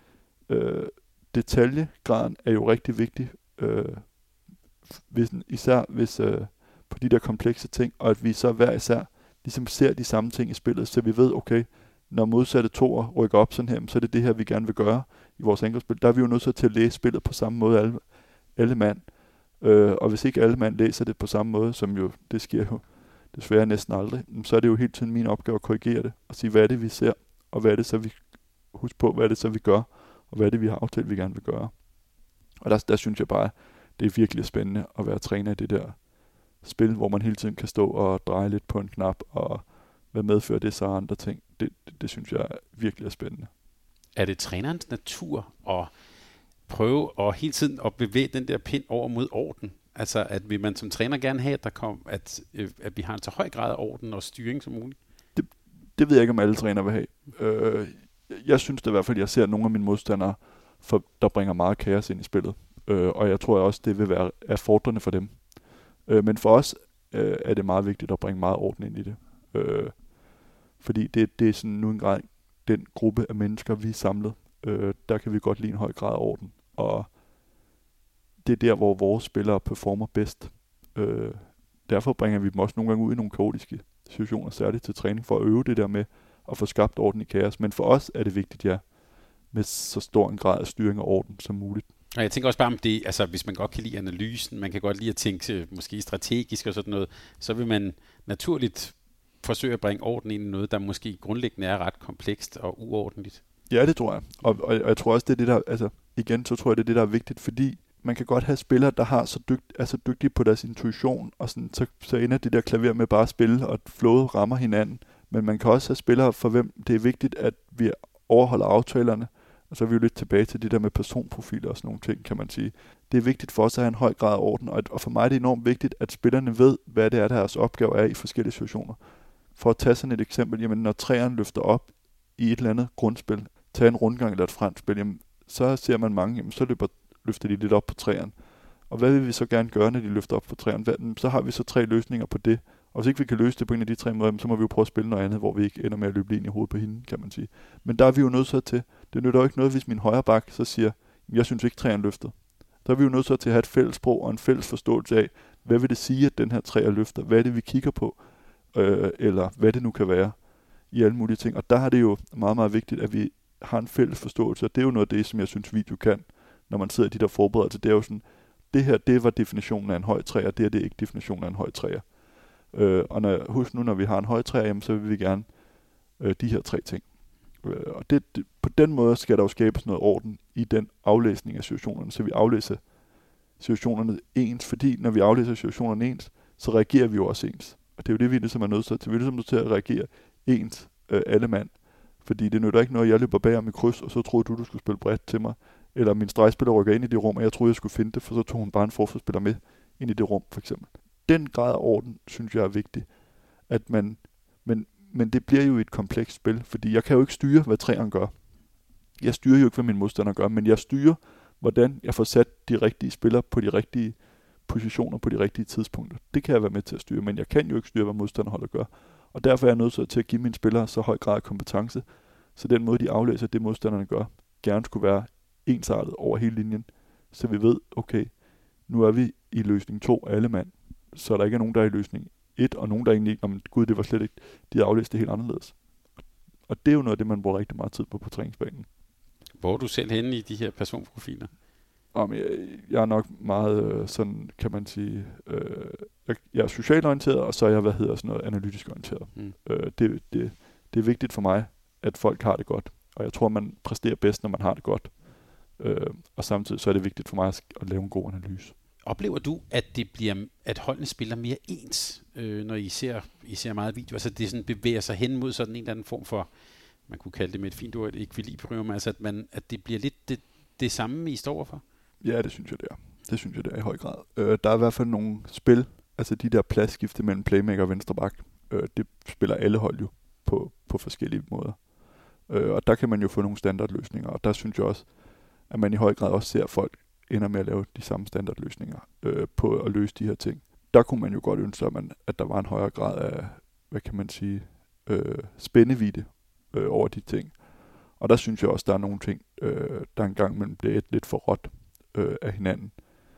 øh, detaljegraden er jo rigtig vigtig, øh, hvis, især hvis øh, på de der komplekse ting, og at vi så hver især ligesom ser de samme ting i spillet, så vi ved, okay, når modsatte toer rykker op sådan her, så er det det her, vi gerne vil gøre i vores angrebsspil. Der er vi jo nødt til at læse spillet på samme måde, alle, alle mand. Øh, og hvis ikke alle mand læser det på samme måde, som jo, det sker jo desværre næsten aldrig, så er det jo hele tiden min opgave at korrigere det, og sige, hvad er det, vi ser, og hvad er det så, vi husk på, hvad er det så, vi gør, og hvad er det, vi har aftalt, vi gerne vil gøre. Og der, der synes jeg bare, det er virkelig spændende at være træner i det der spil, hvor man hele tiden kan stå og dreje lidt på en knap, og hvad medfører det så andre ting. Det, det, det synes jeg virkelig er spændende. Er det trænerens natur at prøve at hele tiden at bevæge den der pind over mod orden? Altså, at vil man som træner gerne have, at, der kom, at, at vi har en så høj grad af orden og styring som muligt? Det, det ved jeg ikke, om alle trænere vil have. Øh, jeg synes det i hvert fald, at jeg ser nogle af mine modstandere, for, der bringer meget kaos ind i spillet. Øh, og jeg tror også, det vil være erfordrende for dem. Øh, men for os øh, er det meget vigtigt at bringe meget orden ind i det. Øh, fordi det, det er sådan nu engang den gruppe af mennesker, vi er samlet. Øh, der kan vi godt lide en høj grad af orden. Og det er der, hvor vores spillere performer bedst. Øh, derfor bringer vi dem også nogle gange ud i nogle kaotiske situationer, særligt til træning, for at øve det der med at få skabt orden i kaos. Men for os er det vigtigt, ja, med så stor en grad af styring og orden som muligt. Og jeg tænker også bare om det, altså hvis man godt kan lide analysen, man kan godt lide at tænke måske strategisk og sådan noget, så vil man naturligt forsøge at bringe orden ind i noget, der måske grundlæggende er ret komplekst og uordentligt. Ja, det tror jeg. Og, og, og jeg tror også, det er det der, altså igen, så tror jeg, det er det, der er vigtigt, fordi man kan godt have spillere, der har så dygt, er så dygtige på deres intuition, og sådan, så, så ender det der klaver med bare at spille, og flowet rammer hinanden. Men man kan også have spillere, for hvem det er vigtigt, at vi overholder aftalerne, og så er vi jo lidt tilbage til det der med personprofiler og sådan nogle ting, kan man sige. Det er vigtigt for os at have en høj grad af orden, og, og for mig er det enormt vigtigt, at spillerne ved, hvad det er, deres opgave er i forskellige situationer. For at tage sådan et eksempel, jamen når træerne løfter op i et eller andet grundspil, tage en rundgang eller et fransk spil, jamen, så ser man mange, jamen, så løber, løfter de lidt op på træerne. Og hvad vil vi så gerne gøre, når de løfter op på træerne? Så har vi så tre løsninger på det. Og hvis ikke vi kan løse det på en af de tre måder, så må vi jo prøve at spille noget andet, hvor vi ikke ender med at løbe lige ind i hovedet på hende, kan man sige. Men der er vi jo nødt så til. Det nytter jo ikke noget, hvis min højre bak så siger, jeg synes ikke, træerne løfter. Der er vi jo nødt så til at have et fælles sprog og en fælles forståelse af, hvad vil det sige, at den her træer løfter? Hvad er det, vi kigger på? Øh, eller hvad det nu kan være i alle mulige ting. Og der er det jo meget, meget vigtigt, at vi har en fælles forståelse. Og det er jo noget af det, som jeg synes, video kan, når man sidder i de der forberedelser. Det er jo sådan, det her, det var definitionen af en høj træer, det her, det er ikke definitionen af en høj træer. Øh, og når, husk nu, når vi har en høj træer, jamen, så vil vi gerne øh, de her tre ting. Øh, og det, det, på den måde skal der jo skabes noget orden i den aflæsning af situationerne, så vi aflæser situationerne ens, fordi når vi aflæser situationerne ens, så reagerer vi jo også ens. Og det er jo det, vi ligesom er nødt til. Vi er ligesom nødt til at reagere ens, øh, alle mand. Fordi det nytter ikke noget, jeg løber bagom i kryds, og så troede du, du skulle spille bredt til mig. Eller min stregspiller rykker ind i det rum, og jeg troede, jeg skulle finde det, for så tog hun bare en forsvarsspiller med ind i det rum, for eksempel. Den grad af orden, synes jeg er vigtig. At man, men, men det bliver jo et komplekst spil, fordi jeg kan jo ikke styre, hvad træerne gør. Jeg styrer jo ikke, hvad min modstander gør, men jeg styrer, hvordan jeg får sat de rigtige spillere på de rigtige positioner på de rigtige tidspunkter. Det kan jeg være med til at styre, men jeg kan jo ikke styre, hvad modstanderholdet gør. Og derfor er jeg nødt til at give mine spillere så høj grad af kompetence, så den måde, de aflæser det, modstanderne gør, gerne skulle være ensartet over hele linjen, så vi ved, okay, nu er vi i løsning to, alle mand, så der ikke er nogen, der er i løsning et, og nogen, der egentlig ikke, men gud, det var slet ikke, de har aflæst det helt anderledes. Og det er jo noget af det, man bruger rigtig meget tid på på træningsbanen. Hvor er du selv henne i de her personprofiler? Om jeg, jeg er nok meget øh, sådan, kan man sige, øh, jeg, jeg er socialt orienteret, og så er jeg, hvad hedder sådan noget, analytisk orienteret. Mm. Øh, det, det, det er vigtigt for mig, at folk har det godt, og jeg tror, man præsterer bedst, når man har det godt. Øh, og samtidig så er det vigtigt for mig at, at lave en god analyse. Oplever du, at det bliver, at holdene spiller mere ens, øh, når I ser, I ser meget video? Altså det sådan bevæger sig hen mod sådan en eller anden form for, man kunne kalde det med et fint ord, et ekvilibrium, altså at, man, at det bliver lidt det, det samme, I står for? Ja, det synes jeg, det er. Det synes jeg, det er i høj grad. Øh, der er i hvert fald nogle spil, altså de der pladsskifte mellem playmaker og venstre bak, øh, det spiller alle hold jo på, på forskellige måder. Øh, og der kan man jo få nogle standardløsninger, og der synes jeg også, at man i høj grad også ser, at folk ender med at lave de samme standardløsninger øh, på at løse de her ting. Der kunne man jo godt ønske, at, man, at der var en højere grad af, hvad kan man sige, øh, spændevidde øh, over de ting. Og der synes jeg også, der er nogle ting, øh, der engang man bliver et lidt for råt øh, af hinanden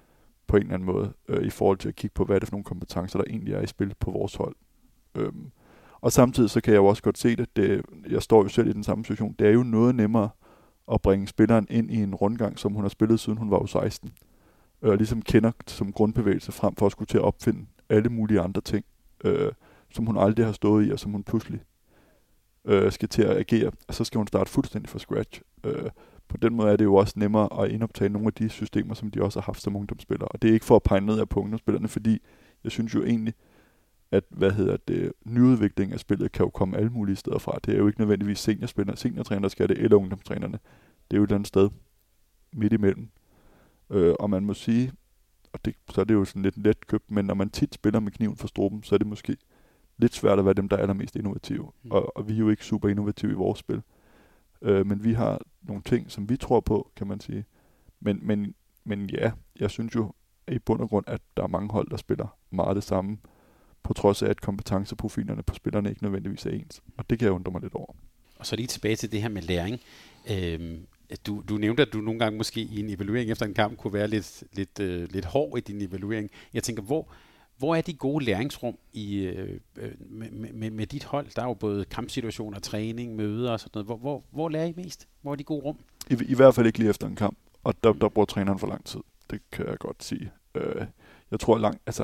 på en eller anden måde, øh, i forhold til at kigge på, hvad er det for nogle kompetencer, der egentlig er i spil på vores hold. Øhm, og samtidig så kan jeg jo også godt se det, det, jeg står jo selv i den samme situation, det er jo noget nemmere at bringe spilleren ind i en rundgang, som hun har spillet, siden hun var jo seksten. Og ligesom kender som grundbevægelse, frem for at skulle til at opfinde alle mulige andre ting, øh, som hun aldrig har stået i, og som hun pludselig øh, skal til at agere. Og så skal hun starte fuldstændig fra scratch. Øh, på den måde er det jo også nemmere at indoptage nogle af de systemer, som de også har haft som ungdomsspillere. Og det er ikke for at pege ned af på ungdomsspillerne, fordi jeg synes jo egentlig, at hvad hedder det, nyudvikling af spillet kan jo komme alle mulige steder fra. Det er jo ikke nødvendigvis seniorspillere, seniortræner, der skal det, eller ungdomstrænerne. Det er jo et eller andet sted midt imellem. Øh, og man må sige, og det, så er det jo sådan lidt let købt, men når man tit spiller med kniven for struben, så er det måske lidt svært at være dem, der er allermest innovative. Mm. Og, og vi er jo ikke super innovative i vores spil. Øh, men vi har nogle ting, som vi tror på, kan man sige. Men, men, men ja, jeg synes jo i bund og grund, at der er mange hold, der spiller meget det samme, på trods af, at kompetenceprofilerne på spillerne ikke nødvendigvis er ens. Og det kan jeg undre mig lidt over. Og så lige tilbage til det her med læring. Øhm, Du, du nævnte, at du nogle gange måske i en evaluering efter en kamp kunne være lidt, lidt, øh, lidt hård i din evaluering. Jeg tænker, hvor, hvor er de gode læringsrum i, øh, med, med, med dit hold? Der er jo både kampsituationer, træning, møder og sådan noget. Hvor, hvor, hvor lærer I mest? Hvor er de gode rum? I, I hvert fald ikke lige efter en kamp, og der, der bruger træneren for lang tid. Det kan jeg godt sige. Øh, jeg tror langt, altså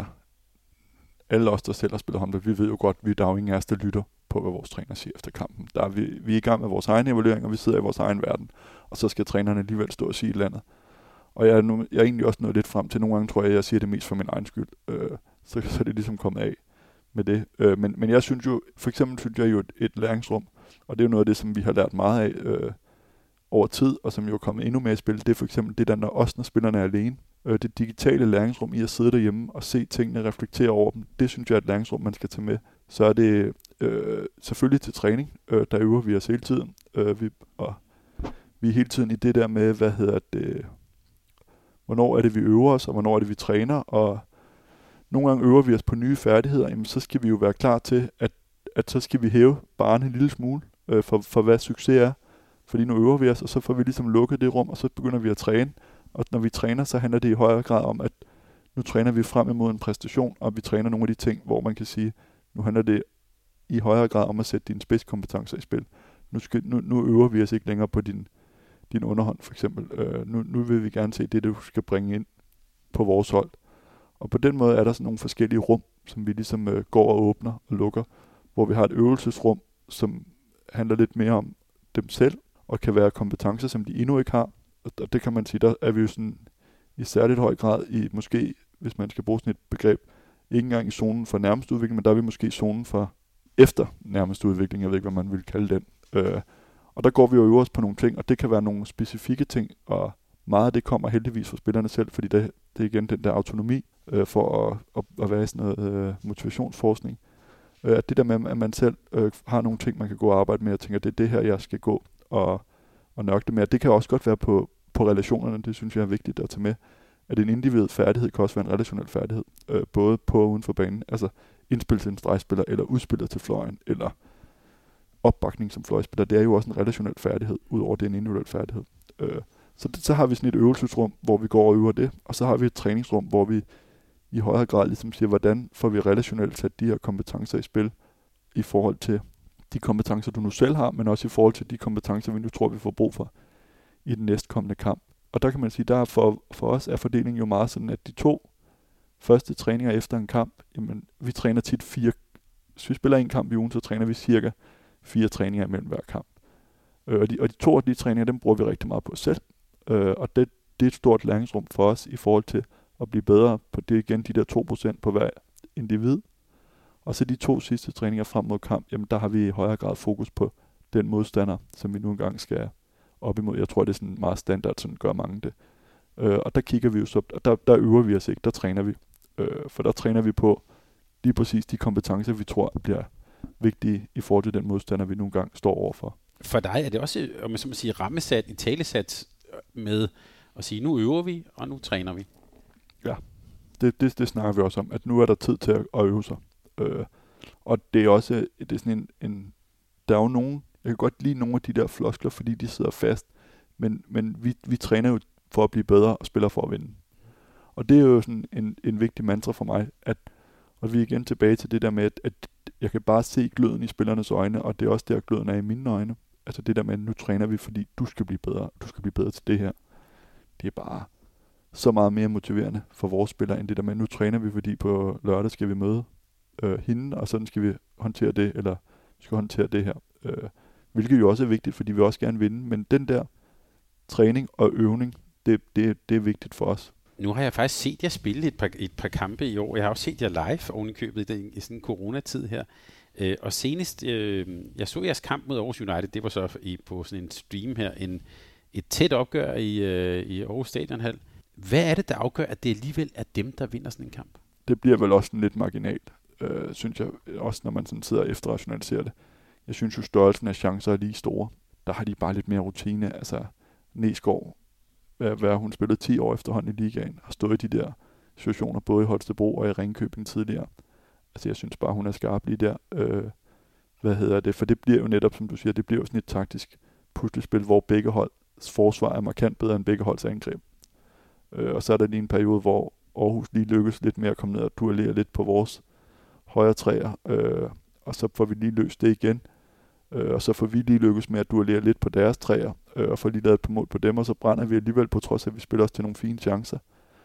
alle os, der selv har spillet håndbold, vi ved jo godt, at der er jo ingen af os, der lytter på, hvad vores træner siger efter kampen. Der er vi, vi er i gang med vores egen evaluering, og vi sidder i vores egen verden. Og så skal trænerne alligevel stå og sige et eller andet. Og jeg er, nu, jeg er egentlig også nået lidt frem til, nogle gange tror jeg, jeg siger det mest for min egen skyld. Øh, så, så er det ligesom kommet af med det. Øh, men, men jeg synes jo, for eksempel synes jeg jo et, et læringsrum, og det er jo noget af det, som vi har lært meget af øh, over tid, og som jo er kommet endnu mere i spil, det er for eksempel det der, når også når spillerne er alene. Øh, det digitale læringsrum i at sidde derhjemme og se tingene, reflektere over dem, det synes jeg er et læringsrum, man skal tage med. Så er det øh, selvfølgelig til træning, øh, der øver vi os hele tiden, øh, vi, og vi er hele tiden i det der med, hvad hedder det, hvornår er det, vi øver os, og hvornår er det, vi træner, og nogle gange øver vi os på nye færdigheder, jamen så skal vi jo være klar til, at, at så skal vi hæve barren en lille smule, øh, for, for hvad succes er, fordi nu øver vi os, og så får vi ligesom lukket det rum, og så begynder vi at træne, og når vi træner, så handler det i højere grad om, at nu træner vi frem imod en præstation, og vi træner nogle af de ting, hvor man kan sige, nu handler det i højere grad om at sætte dine spidskompetencer i spil. Nu, skal, nu, nu øver vi os ikke længere på din, din underhånd, for eksempel. Øh, nu, nu vil vi gerne se det, du skal bringe ind på vores hold. Og på den måde er der sådan nogle forskellige rum, som vi ligesom øh, går og åbner og lukker, hvor vi har et øvelsesrum, som handler lidt mere om dem selv, og kan være kompetencer, som de endnu ikke har. Og det kan man sige, der er vi jo sådan i særligt høj grad i, måske, hvis man skal bruge sådan et begreb, ikke engang i zonen for nærmeste udvikling, men der er vi måske i zonen for efter nærmeste udvikling, jeg ved ikke, hvad man vil kalde den. Øh, og der går vi jo øver os på nogle ting, og det kan være nogle specifikke ting, og meget af det kommer heldigvis fra spillerne selv, fordi det, det er igen den der autonomi øh, for at, at, at være i sådan noget øh, motivationsforskning. Øh, at det der med, at man selv øh, har nogle ting, man kan gå og arbejde med, og tænker, det er det her, jeg skal gå og, og nørkle med. Det kan også godt være på, på relationerne, det synes jeg er vigtigt at tage med. At en individuel færdighed kan også være en relationel færdighed, øh, både på og uden for banen. Altså indspil til en stregspiller, eller udspiller til fløjen, eller opbakning som fløjspiller. Det er jo også en relationel færdighed, udover det er en individuel færdighed. Øh, så, det, så har vi sådan et øvelsesrum, hvor vi går og øver det, og så har vi et træningsrum, hvor vi i højere grad ligesom siger, hvordan får vi relationelt sat de her kompetencer i spil, i forhold til de kompetencer, du nu selv har, men også i forhold til de kompetencer, vi nu tror, vi får brug for i den næstkommende kamp. Og der kan man sige, der for, for os er fordelingen jo meget sådan, at de to første træninger efter en kamp, jamen, vi træner tit fire, hvis vi spiller en kamp i ugen, så træner vi cirka fire træninger imellem hver kamp. Øh, og, de, og de to af de træninger, dem bruger vi rigtig meget på selv, øh, og det, det er et stort læringsrum for os i forhold til at blive bedre på det igen, de der to procent på hver individ. Og så de to sidste træninger frem mod kamp, jamen der har vi i højere grad fokus på den modstander, som vi nu engang skal op imod. Jeg tror, det er sådan meget standard, sådan gør mange det. Øh, og der kigger vi jo så, og der, der øver vi os ikke, der træner vi. Øh, for der træner vi på lige præcis de kompetencer, vi tror bliver vigtige i forhold til den modstander, vi nu engang står overfor. For dig er det også, om man så må sige, rammesat, i talesat med at sige, nu øver vi, og nu træner vi. Ja, det, det, det snakker vi også om, at nu er der tid til at øve sig. Øh, og det er også, det er sådan en, en, der er jo nogen, jeg kan godt lide nogle af de der floskler, fordi de sidder fast, men, men vi, vi træner jo for at blive bedre og spiller for at vinde. Og det er jo sådan en, en vigtig mantra for mig, at, og vi er igen tilbage til det der med, at, at jeg kan bare se gløden i spillernes øjne, og det er også der, gløden er i mine øjne. Altså det der med, at nu træner vi, fordi du skal blive bedre, du skal blive bedre til det her. Det er bare så meget mere motiverende for vores spillere, end det der med, at nu træner vi, fordi på lørdag skal vi møde øh, hende, og sådan skal vi håndtere det, eller vi skal håndtere det her. Øh, hvilket jo også er vigtigt, fordi vi også gerne vil vinde, men den der træning og øvning, det, det, det er vigtigt for os. Nu har jeg faktisk set jer spille et par, et par kampe i år. Jeg har også set jer live oven i købet i, den, i sådan en coronatid her. Øh, og senest, øh, jeg så jeres kamp mod Aarhus United, det var så i, på sådan en stream her, en, et tæt opgør i, øh, i Aarhus Stadionhal. Hvad er det, der afgør, at det alligevel er dem, der vinder sådan en kamp? Det bliver vel også lidt marginalt, øh, synes jeg, også når man sådan sidder og efterrationaliserer det. Jeg synes jo, størrelsen af chancer er lige store. Der har de bare lidt mere rutine. Altså, Næsgaard, hvad, hvad hun spillede ti år efterhånden i ligaen, har stået i de der situationer, både i Holstebro og i Ringkøbing tidligere. Altså, jeg synes bare, hun er skarp lige der. Øh, hvad hedder det? For det bliver jo netop, som du siger, det bliver jo sådan et taktisk puslespil, hvor begge hold forsvar er markant bedre end begge holds angreb. Øh, og så er der lige en periode, hvor Aarhus lige lykkes lidt med at komme ned og duellere lidt på vores højre træer, øh, og så får vi lige løst det igen. Øh, og så får vi lige lykkes med at duellere lidt på deres træer, øh, og får lige lavet et par mål på dem, og så brænder vi alligevel, på trods af, at vi spiller os til nogle fine chancer.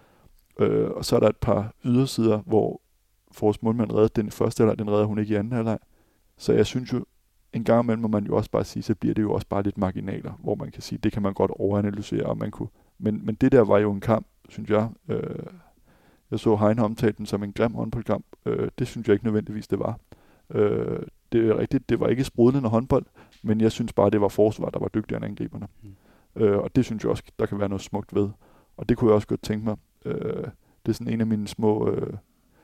Øh, og så er der et par ydersider, hvor vores målmand redder den i første halvleg, den redder hun ikke i anden halvleg. Så jeg synes jo, en gang imellem må man jo også bare sige, så bliver det jo også bare lidt marginaler, hvor man kan sige, det kan man godt overanalysere, og man kunne. Men, men det der var jo en kamp, synes jeg. Øh, jeg så Heine omtale den som en grim håndboldkamp. Øh, det synes jeg ikke nødvendigvis, det var. Øh, det er rigtigt, det var ikke sprudlende håndbold, men jeg synes bare, det var forsvar, der var dygtigere end angriberne. Mm. Øh, og det synes jeg også, der kan være noget smukt ved. Og det kunne jeg også godt tænke mig. Øh, det er sådan en af mine små, øh,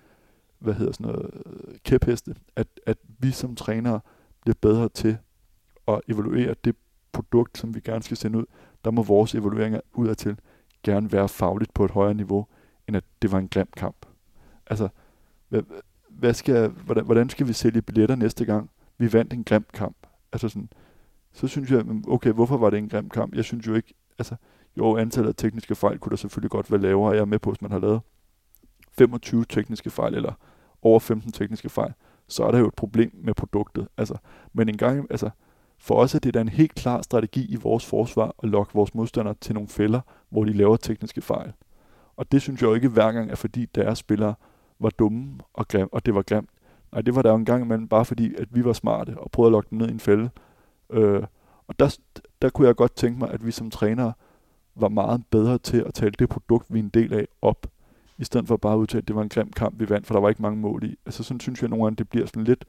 hvad hedder sådan noget, kæpheste, at, at vi som trænere bliver bedre til at evaluere det produkt, som vi gerne skal sende ud. Der må vores evalueringer udadtil gerne være fagligt på et højere niveau, end at det var en grim kamp. Altså, hvad, hvad skal, hvordan, hvordan skal vi sælge billetter næste gang? Vi vandt en grim kamp. Altså sådan, så synes jeg, okay, hvorfor var det en grim kamp? Jeg synes jo ikke, altså, jo, antallet af tekniske fejl kunne der selvfølgelig godt være lavere. Jeg er med på, hvis man har lavet femogtyve tekniske fejl, eller over femten tekniske fejl, så er der jo et problem med produktet. Altså, men en gang, altså, for os er det da en helt klar strategi i vores forsvar at lokke vores modstandere til nogle fælder, hvor de laver tekniske fejl. Og det synes jeg jo ikke hver gang er, fordi deres spillere var dumme og, grim, og det var grimt. Nej, det var der jo en gang imellem, bare fordi, at vi var smarte og prøvede at lokke dem ned i en fælde. Øh, og der, der kunne jeg godt tænke mig, at vi som trænere var meget bedre til at tale det produkt, vi er en del af, op, i stedet for bare at udtale, at det var en grim kamp, vi vandt, for der var ikke mange mål i. Altså sådan synes jeg nogle gange, det bliver sådan lidt,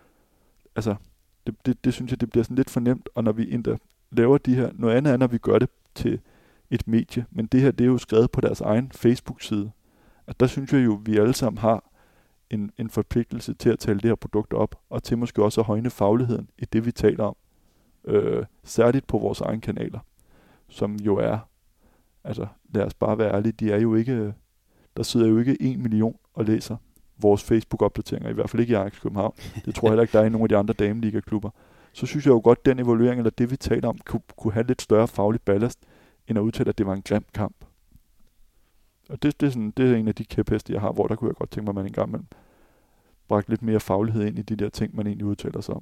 altså, det, det, det synes jeg, det bliver sådan lidt fornemt, og når vi endda laver de her, noget andet er, når vi gør det til et medie, men det her, det er jo skrevet på deres egen Facebook-side, at der synes jeg jo, vi alle sammen har en, en forpligtelse til at tale det her produkt op, og til måske også at højne fagligheden i det, vi taler om, øh, særligt på vores egne kanaler, som jo er, altså lad os bare være ærlige, de er jo ikke, der sidder jo ikke en million og læser vores Facebook-opdateringer, i hvert fald ikke i Ajax København. Det tror jeg heller ikke, der er i nogle af de andre dameliga-klubber. Så synes jeg jo godt, den evaluering, eller det vi taler om, kunne, kunne have lidt større faglig ballast, end at udtale, at det var en grim kamp. Og det, det, er sådan, det er en af de kæpheste, jeg har, hvor der kunne jeg godt tænke mig, at man engang man bragte lidt mere faglighed ind i de der ting, man egentlig udtaler sig om.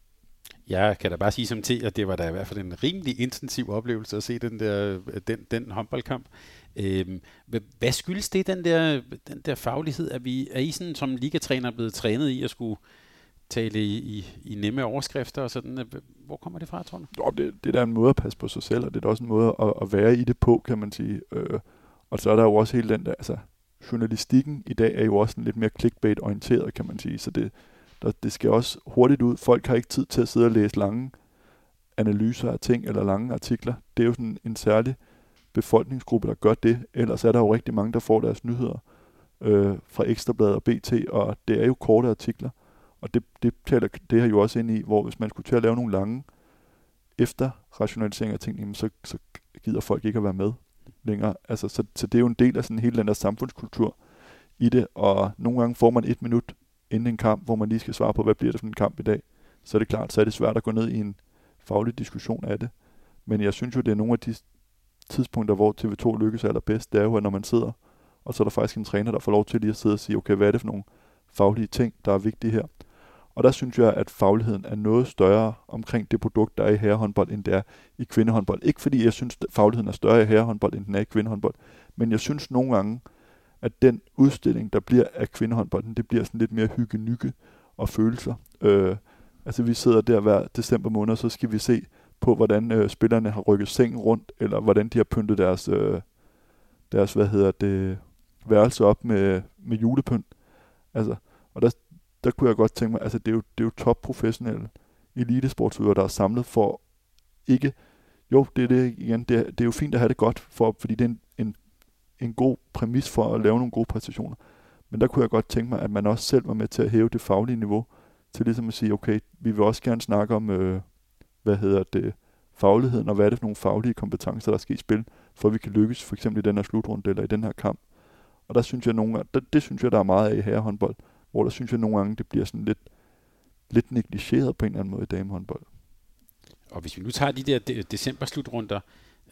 Jeg kan da bare sige som til, at det var da i hvert fald en rimelig intensiv oplevelse at se den der den, den håndboldkamp. Øhm, hvad skyldes det, den der, den der faglighed? Er, vi, er I sådan, som ligatræner blevet trænet i at skulle tale i, i, i nemme overskrifter og sådan? Hvor kommer det fra, tror du? Jo, det, det er da en måde at passe på sig selv, og det er også en måde at, at være i det på, kan man sige. Øh, og så er der jo også hele den der, altså journalistikken i dag er jo også lidt mere clickbait-orienteret, kan man sige, så det Der, det skal også hurtigt ud. Folk har ikke tid til at sidde og læse lange analyser af ting eller lange artikler. Det er jo sådan en særlig befolkningsgruppe, der gør det. Ellers er der jo rigtig mange, der får deres nyheder øh, fra Ekstrabladet og B T, og det er jo korte artikler. Og det, det taler det her jo også ind i, hvor hvis man skulle til at lave nogle lange efterrationaliseringer af ting, jamen så, så gider folk ikke at være med længere. Altså, så, så det er jo en del af sådan hele den der samfundskultur i det, og nogle gange får man et minut inden en kamp, hvor man lige skal svare på, hvad bliver det for en kamp i dag, så er det klart, så er det svært at gå ned i en faglig diskussion af det. Men jeg synes jo, det er nogle af de tidspunkter, hvor T V to lykkes allerbedst, det er jo, at når man sidder, og så er der faktisk en træner, der får lov til lige at sidde og sige, okay, hvad er det for nogle faglige ting, der er vigtige her? Og der synes jeg, at fagligheden er noget større omkring det produkt, der er i herrehåndbold, end det er i kvindehåndbold. Ikke fordi jeg synes, at fagligheden er større i herrehåndbold, end den er i kvindehåndbold, men jeg synes nogle gange, at den udstilling, der bliver af kvindehåndbolden, det bliver sådan lidt mere hygge-nygge og følelser. Øh, altså vi sidder der hver december måned, så skal vi se på, hvordan øh, spillerne har rykket sengen rundt, eller hvordan de har pyntet deres, øh, deres hvad hedder det, værelse op med, med julepynt. Altså, og der, der kunne jeg godt tænke mig, altså det er jo, det er jo top professionelle elitesportsudøvere, der er samlet for ikke, jo, det er det igen, det er, det er jo fint at have det godt, for, fordi det er en, en en god præmis for at lave nogle gode præstationer. Men der kunne jeg godt tænke mig, at man også selv var med til at hæve det faglige niveau, til ligesom at sige, okay, vi vil også gerne snakke om, øh, hvad hedder det, fagligheden, og hvad er det for nogle faglige kompetencer, der skal i spil, for at vi kan lykkes, for eksempel i den her slutrunde, eller i den her kamp. Og der synes jeg nogle gange, der, det synes jeg, der er meget af i herrehåndbold, hvor der synes jeg nogle gange, det bliver sådan lidt, lidt negligeret på en eller anden måde i damehåndbold. Og hvis vi nu tager de der de- december-slutrunder,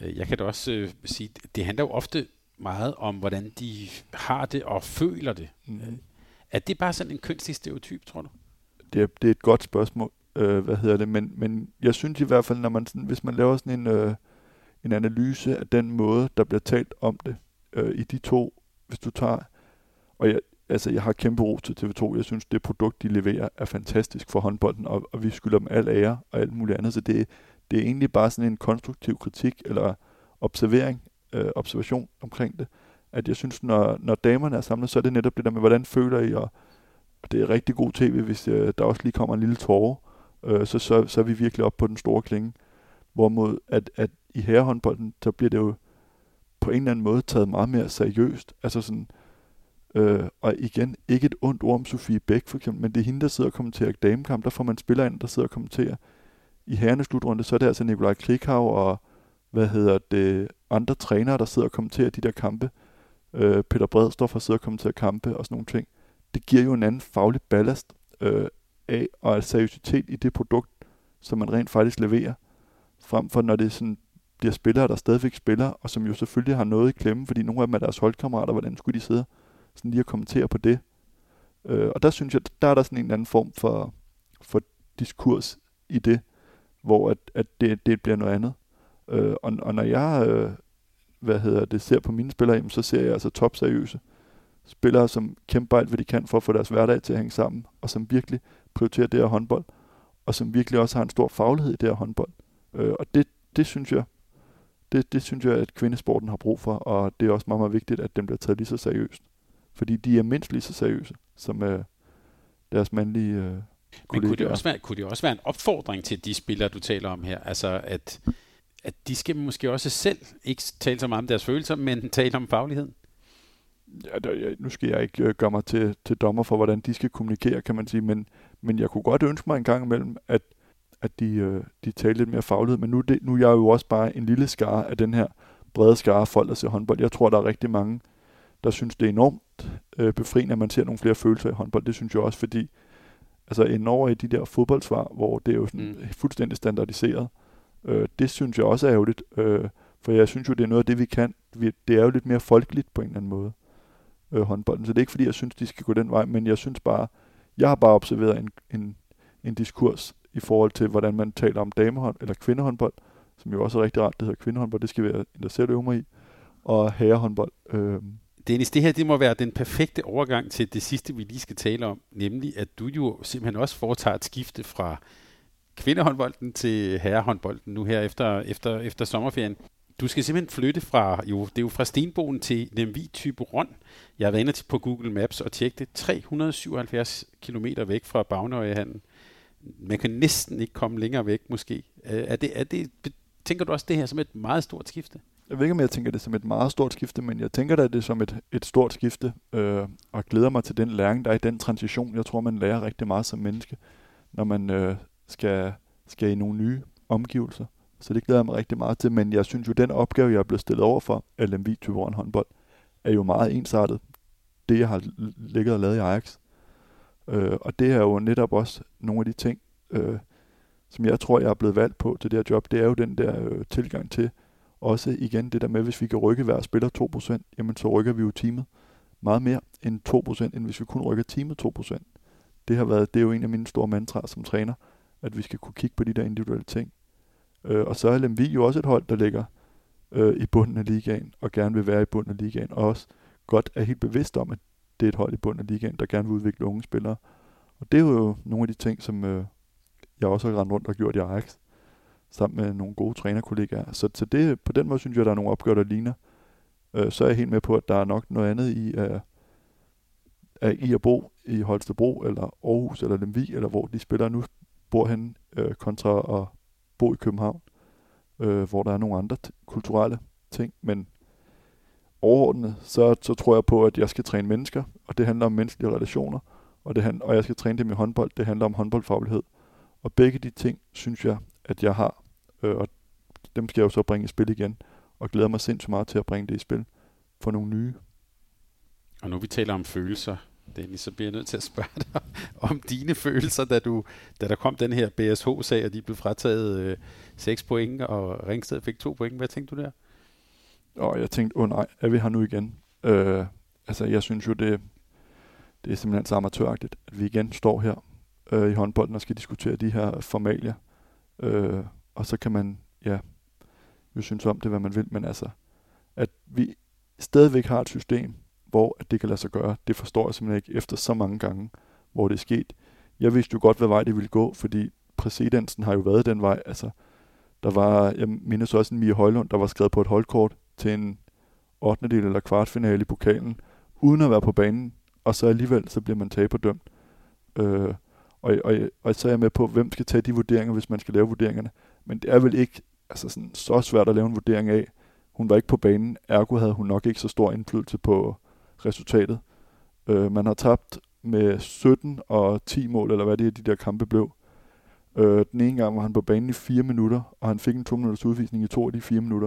Jeg kan da også øh, sige, det handler jo ofte meget om, hvordan de har det og føler det. Mm. Er det bare sådan en kønslig stereotyp, tror du? Det er, det er et godt spørgsmål, øh, hvad hedder det, men, men jeg synes i hvert fald, når man sådan, hvis man laver sådan en, øh, en analyse af den måde, der bliver talt om det øh, i de to, hvis du tager, og jeg, altså jeg har kæmpe ros til T V to, jeg synes det produkt, de leverer, er fantastisk for håndbolden, og, og vi skylder dem al ære og alt muligt andet, så det, det er egentlig bare sådan en konstruktiv kritik, eller observering, øh, observation omkring det, at jeg synes, når, når damerne er samlet, så er det netop det der med, hvordan føler I, og det er rigtig god tv, hvis øh, der også lige kommer en lille tåre, øh, så, så, så er vi virkelig oppe på den store klinge. Hvorimod, at, at i herrehåndbolden, så bliver det jo på en eller anden måde taget meget mere seriøst. Altså sådan, øh, og igen, ikke et ondt ord om Sofie Bæk for eksempel, men det er hende, der sidder og kommenterer damekamp, der får man spiller ind, der sidder og kommenterer. I herrenes slutrunde, så er det altså Nikolaj Krikau og, hvad hedder det, andre trænere, der sidder og kommenterer de der kampe. Øh, Peter Bredstof har siddet og kommenteret kampe og sådan nogle ting. Det giver jo en anden faglig ballast øh, af, og en seriøsitet i det produkt, som man rent faktisk leverer. Frem for når det sådan bliver spillere, der stadigvæk spiller, og som jo selvfølgelig har noget i klemme, fordi nogle af dem er deres holdkammerater, hvordan skulle de sidde sådan lige og kommentere på det. Øh, og der synes jeg, der er der sådan en anden form for, for diskurs i det, hvor at, at det, det bliver noget andet. Øh, og, og når jeg øh, hvad hedder det, ser på mine spillere, jamen, så ser jeg altså topseriøse spillere, som kæmper alt, hvad de kan for at få deres hverdag til at hænge sammen, og som virkelig prioriterer det her håndbold, og som virkelig også har en stor faglighed i det her håndbold. Øh, og det, det synes jeg, det, det synes jeg, at kvindesporten har brug for, og det er også meget, meget vigtigt, at dem bliver taget lige så seriøst. Fordi de er mindst lige så seriøse, som øh, deres mandlige øh, kollegaer. Men kunne det, også være, kunne det også være en opfordring til de spillere, du taler om her? Altså, at, at de skal måske også selv ikke tale så meget om deres følelser, men tale om fagligheden? Ja, der, nu skal jeg ikke øh, gøre mig til, til dommer for, hvordan de skal kommunikere, kan man sige, men, men jeg kunne godt ønske mig en gang imellem, at, at de, øh, de taler lidt mere faglighed, men nu, det, nu er jeg jo også bare en lille skare af den her brede skare folk, der ser håndbold. Jeg tror, der er rigtig mange, der synes, det er enormt øh, befriende, at man ser nogle flere følelser i håndbold. Det synes jeg også, fordi altså inden over i de der fodboldsvar, hvor det er jo sådan mm. fuldstændig standardiseret, øh, det synes jeg også er ærgerligt, øh, for jeg synes jo, det er noget af det, vi kan. Vi, det er jo lidt mere folkeligt på en eller anden måde. Øh, håndbolden. Så det er ikke fordi, jeg synes, de skal gå den vej, men jeg synes bare, jeg har bare observeret en, en, en diskurs i forhold til, hvordan man taler om damehånd eller kvindehåndbold, som jo også er rigtig rart, det hedder kvindehåndbold, det skal være en, der selv øve mig i, og herrehåndbold. Øh. Dennis, det her det må være den perfekte overgang til det sidste, vi lige skal tale om, nemlig at du jo simpelthen også foretager et skifte fra kvindehåndbolden til herrehåndbolden nu her efter, efter, efter sommerferien. Du skal simpelthen flytte fra, jo, det er jo fra Stenboen til Lemvig Thyborøn. Jeg har været inde på Google Maps og tjekket det, tre hundrede og syvoghalvfjerds kilometer væk fra Bagnøjehallen. Man kan næsten ikke komme længere væk, måske. Er det, er det, tænker du også det her som et meget stort skifte? Jeg ved ikke, om jeg tænker det som et meget stort skifte, men jeg tænker da det som et, et stort skifte, øh, og glæder mig til den læring, der er i den transition. Jeg tror, man lærer rigtig meget som menneske, når man øh, skal, skal i nogle nye omgivelser. Så det glæder jeg mig rigtig meget til, men jeg synes jo, den opgave, jeg er blevet stillet over for af Lemvig Thyborøn håndbold, er jo meget ensartet. Det, jeg har ligget og lavet i Ajax. Øh, og det er jo netop også nogle af de ting, øh, som jeg tror, jeg er blevet valgt på til det her job. Det er jo den der øh, tilgang til, også igen det der med, hvis vi kan rykke hver spiller to procent, jamen så rykker vi jo teamet meget mere end to procent, end hvis vi kun rykker teamet to procent. Det har været, det er jo en af mine store mantraer som træner, at vi skal kunne kigge på de der individuelle ting. Øh, og så er Lemvig jo også et hold, der ligger øh, i bunden af ligaen, og gerne vil være i bunden af ligaen, og også godt er helt bevidst om, at det er et hold i bunden af ligaen, der gerne vil udvikle unge spillere. Og det er jo nogle af de ting, som øh, jeg også har rendt rundt og gjort i Ajax, sammen med nogle gode trænerkollegaer. Så, så det, på den måde synes jeg, der er nogle opgaver, der ligner. Øh, så er jeg helt med på, at der er nok noget andet i, uh, uh, i at bo i Holstebro, eller Aarhus, eller Lemvig, eller hvor de spillere nu bor henne, uh, kontra at bo i København, uh, hvor der er nogle andre t- kulturelle ting. Men overordnet, så, så tror jeg på, at jeg skal træne mennesker, og det handler om menneskelige relationer, og, det hand- og jeg skal træne dem i håndbold, det handler om håndboldfaglighed. Og begge de ting, synes jeg, at jeg har, øh, og dem skal jeg jo så bringe i spil igen, og glæder mig sindssygt meget til at bringe det i spil for nogle nye. Og nu vi taler om følelser, Dennis, så bliver jeg nødt til at spørge dig om dine følelser, da, du, da der kom den her B S H-sag, og de blev frataget øh, seks point, og Ringsted fik to point. Hvad tænkte du der? Og jeg tænkte, åh oh, nej, er vi her nu igen? Øh, altså, jeg synes jo, det, det er simpelthen så amatøragtigt, at vi igen står her øh, i håndbolden og skal diskutere de her formalier. Øh, og så kan man, ja, jo synes om det, hvad man vil, men altså, at vi stadigvæk har et system, hvor at det kan lade sig gøre, det forstår jeg simpelthen ikke efter så mange gange, hvor det er sket. Jeg vidste jo godt, hvad vej det ville gå, fordi præcedensen har jo været den vej. Altså, der var, jeg mindes også en Mie Højlund, der var skrevet på et holdkort til en ottendedel eller kvartfinale i pokalen, uden at være på banen, og så alligevel, så bliver man taberdømt. Øh, og, og, og så er jeg med på, hvem skal tage de vurderinger, hvis man skal lave vurderingerne. Men det er vel ikke altså sådan, så svært at lave en vurdering af. Hun var ikke på banen, ergo havde hun nok ikke så stor indflydelse på resultatet. Øh, man har tabt med sytten og ti mål, eller hvad det er, de der kampe blev. Øh, den ene gang var han på banen i fire minutter, og han fik en to minutters udvisning i to af de fire minutter.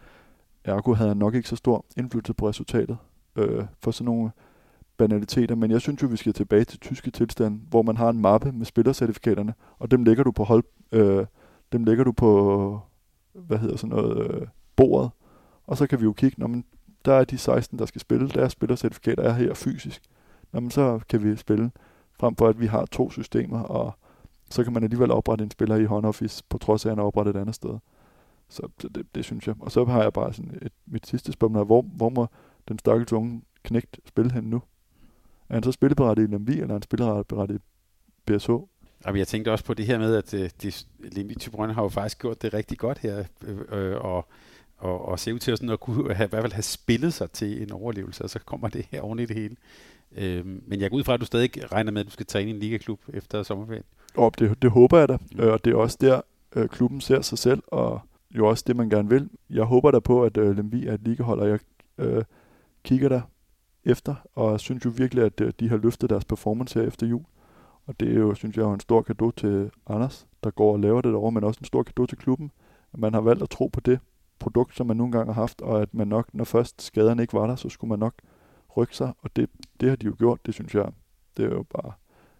Ergo havde han nok ikke så stor indflydelse på resultatet øh, for sådan nogle banaliteter. Men jeg synes jo, vi skal tilbage til tyske tilstand, hvor man har en mappe med spillercertifikaterne, og dem lægger du på hold, øh, dem lægger du på, hvad hedder sådan noget, øh, bordet. Og så kan vi jo kigge, når man, der er de seksten, der skal spille, deres spillercertifikater er her fysisk. Når man, så kan vi spille, frem for at vi har to systemer, og så kan man alligevel oprette en spiller i home office, på trods af, at han er oprettet et andet sted. Så det, det, det synes jeg. Og så har jeg bare sådan et, mit sidste spørgsmål, hvor, hvor må den stakkels unge knægt spille hen nu? Er han så spilleberettiget i Lemvig, eller er han spilleberettiget i B S H? Og jeg tænkte også på det her med, at øh, de, Lemvig Thyborøn har jo faktisk gjort det rigtig godt her, øh, øh, og, og, og ser ud til at, sådan at kunne have, i hvert fald have spillet sig til en overlevelse, og så kommer det her oven i det hele. Øh, men jeg går ud fra, at du stadig regner med, at du skal træne i en ligaklub efter sommerferien. Og det, det håber jeg da, mm. og det er også der, øh, klubben ser sig selv, og jo også det, man gerne vil. Jeg håber da på, at øh, Lemvig er et ligahold, og jeg øh, kigger der efter, og synes jo virkelig, at øh, de har løftet deres performance her efter jul. Og det er jo, synes jeg, jo en stor cadeau til Anders, der går og laver det derovre, men også en stor cadeau til klubben, at man har valgt at tro på det produkt, som man nogle gange har haft, og at man nok, når først skaderne ikke var der, så skulle man nok rykke sig, og det, det har de jo gjort, det synes jeg, det er jo bare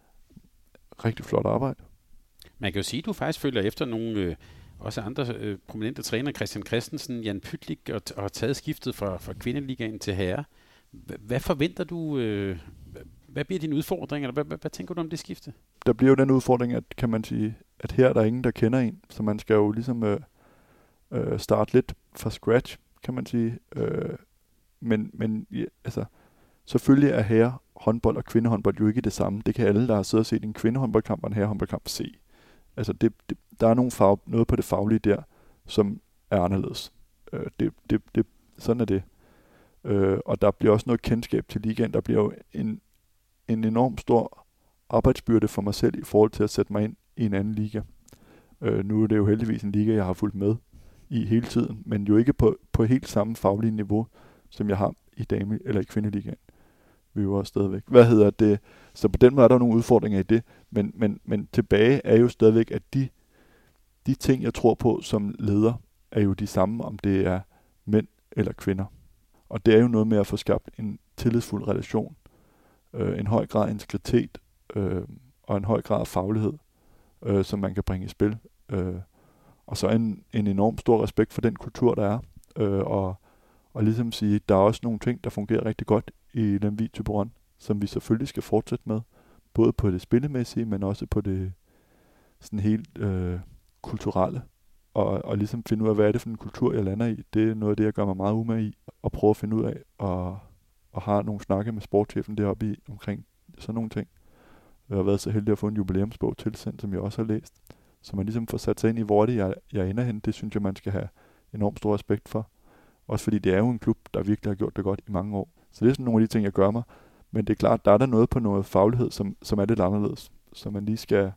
rigtig flot arbejde. Man kan jo sige, at du faktisk følger efter nogle øh, også andre øh, prominente trænere, Christian Christensen, Jan Pytlik, og, og har taget skiftet fra, fra kvindeligaen til herre. Hvad forventer du, øh, hvad bliver dine udfordringer, eller hvad, hvad, hvad tænker du om det skifte? Der bliver jo den udfordring, at kan man sige, at her er der ingen, der kender en, så man skal jo ligesom øh, øh, starte lidt fra scratch, kan man sige. Øh, men men ja, altså, selvfølgelig er herre håndbold og kvindehåndbold jo ikke det samme. Det kan alle, der har siddet og set en kvindehåndboldkamp og en herrehåndboldkamp, se. Altså, det, det, der er nogle fag, noget på det faglige der, som er anderledes. Øh, det, det, det, sådan er det. Øh, og der bliver også noget kendskab til ligaen. Der bliver jo en, en enorm stor arbejdsbyrde for mig selv i forhold til at sætte mig ind i en anden liga. Øh, nu er det jo heldigvis en liga, jeg har fulgt med i hele tiden, men jo ikke på, på helt samme faglige niveau, som jeg har i dame- eller i kvindeligaen. Vi er jo også stadigvæk. Hvad hedder det? Så på den måde er der nogle udfordringer i det, men, men, men tilbage er jo stadigvæk, at de, de ting, jeg tror på som leder, er jo de samme, om det er mænd eller kvinder. Og det er jo noget med at få skabt en tillidsfuld relation, øh, en høj grad af integritet øh, og en høj grad af faglighed, øh, som man kan bringe i spil. Øh, og så en, en enorm stor respekt for den kultur, der er. Øh, og, og ligesom sige, der er også nogle ting, der fungerer rigtig godt i Lemvig Thyborøn, som vi selvfølgelig skal fortsætte med, både på det spillemæssige, men også på det sådan helt øh, kulturelle. Og, og ligesom finde ud af, hvad er det for en kultur, jeg lander i. Det er noget af det, jeg gør mig meget umage i, og prøve at finde ud af, og, og have nogle snakke med sportschefen deroppe i, omkring sådan nogle ting. Jeg har været så heldig at få en jubilæumsbog tilsendt, som jeg også har læst, så man ligesom får sat sig ind i, hvor det jeg, jeg ender hen. Det synes jeg, man skal have enormt stor respekt for. Også fordi det er jo en klub, der virkelig har gjort det godt i mange år. Så det er sådan nogle af de ting, jeg gør mig. Men det er klart, der er der noget på noget faglighed, som, som er lidt anderledes. Så man lige skal...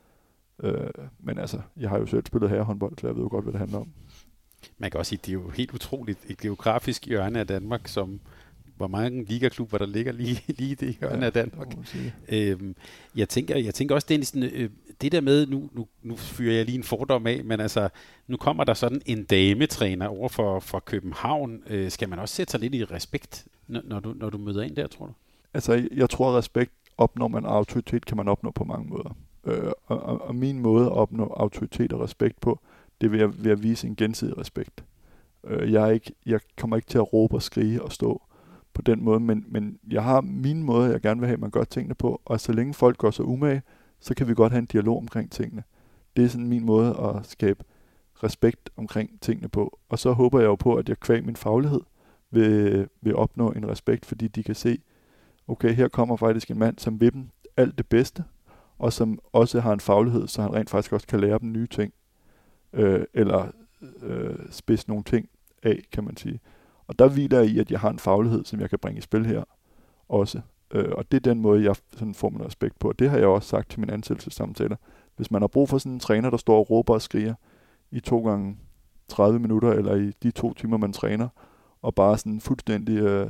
Øh, men altså, jeg har jo selv spillet herrehåndbold, så jeg ved jo godt, hvad det handler om. Man kan også sige, at det er jo helt utroligt et geografisk hjørne af Danmark, som hvor mange ligaklubber, der ligger lige, lige i det hjørne ja, af Danmark. Øhm, jeg, tænker, jeg tænker også, Dennis, øh, det der med, nu, nu, nu fyrer jeg lige en fordom af, men altså, nu kommer der sådan en dametræner over for, for København. Øh, skal man også sætte sig lidt i respekt, når, når, du, når du møder ind der, tror du? altså, jeg tror, at respekt opnår man, og autoritet kan man opnå på mange måder. Øh, og, og, og min måde at opnå autoritet og respekt på, det er ved at, ved at vise en gensidig respekt. Øh, jeg, er ikke, jeg kommer ikke til at råbe og skrige og stå på den måde, men, men jeg har min måde, jeg gerne vil have, at man gør tingene på, og så længe folk går så umage, så kan vi godt have en dialog omkring tingene. Det er sådan min måde at skabe respekt omkring tingene på. Og så håber jeg jo på, at jeg kvæg min faglighed vil, vil opnå en respekt, fordi de kan se, okay, her kommer faktisk en mand, som vil dem alt det bedste, og som også har en faglighed, så han rent faktisk også kan lære dem nye ting, øh, eller øh, spidse nogle ting af, kan man sige. Og der hviler jeg i, at jeg har en faglighed, som jeg kan bringe i spil her også. Øh, og det er den måde, jeg sådan får min respekt på. Og det har jeg også sagt til mine ansættelsessamtaler. Hvis man har brug for sådan en træner, der står og råber og skriger i to gange tredive minutter, eller i de to timer, man træner, og bare sådan fuldstændig øh,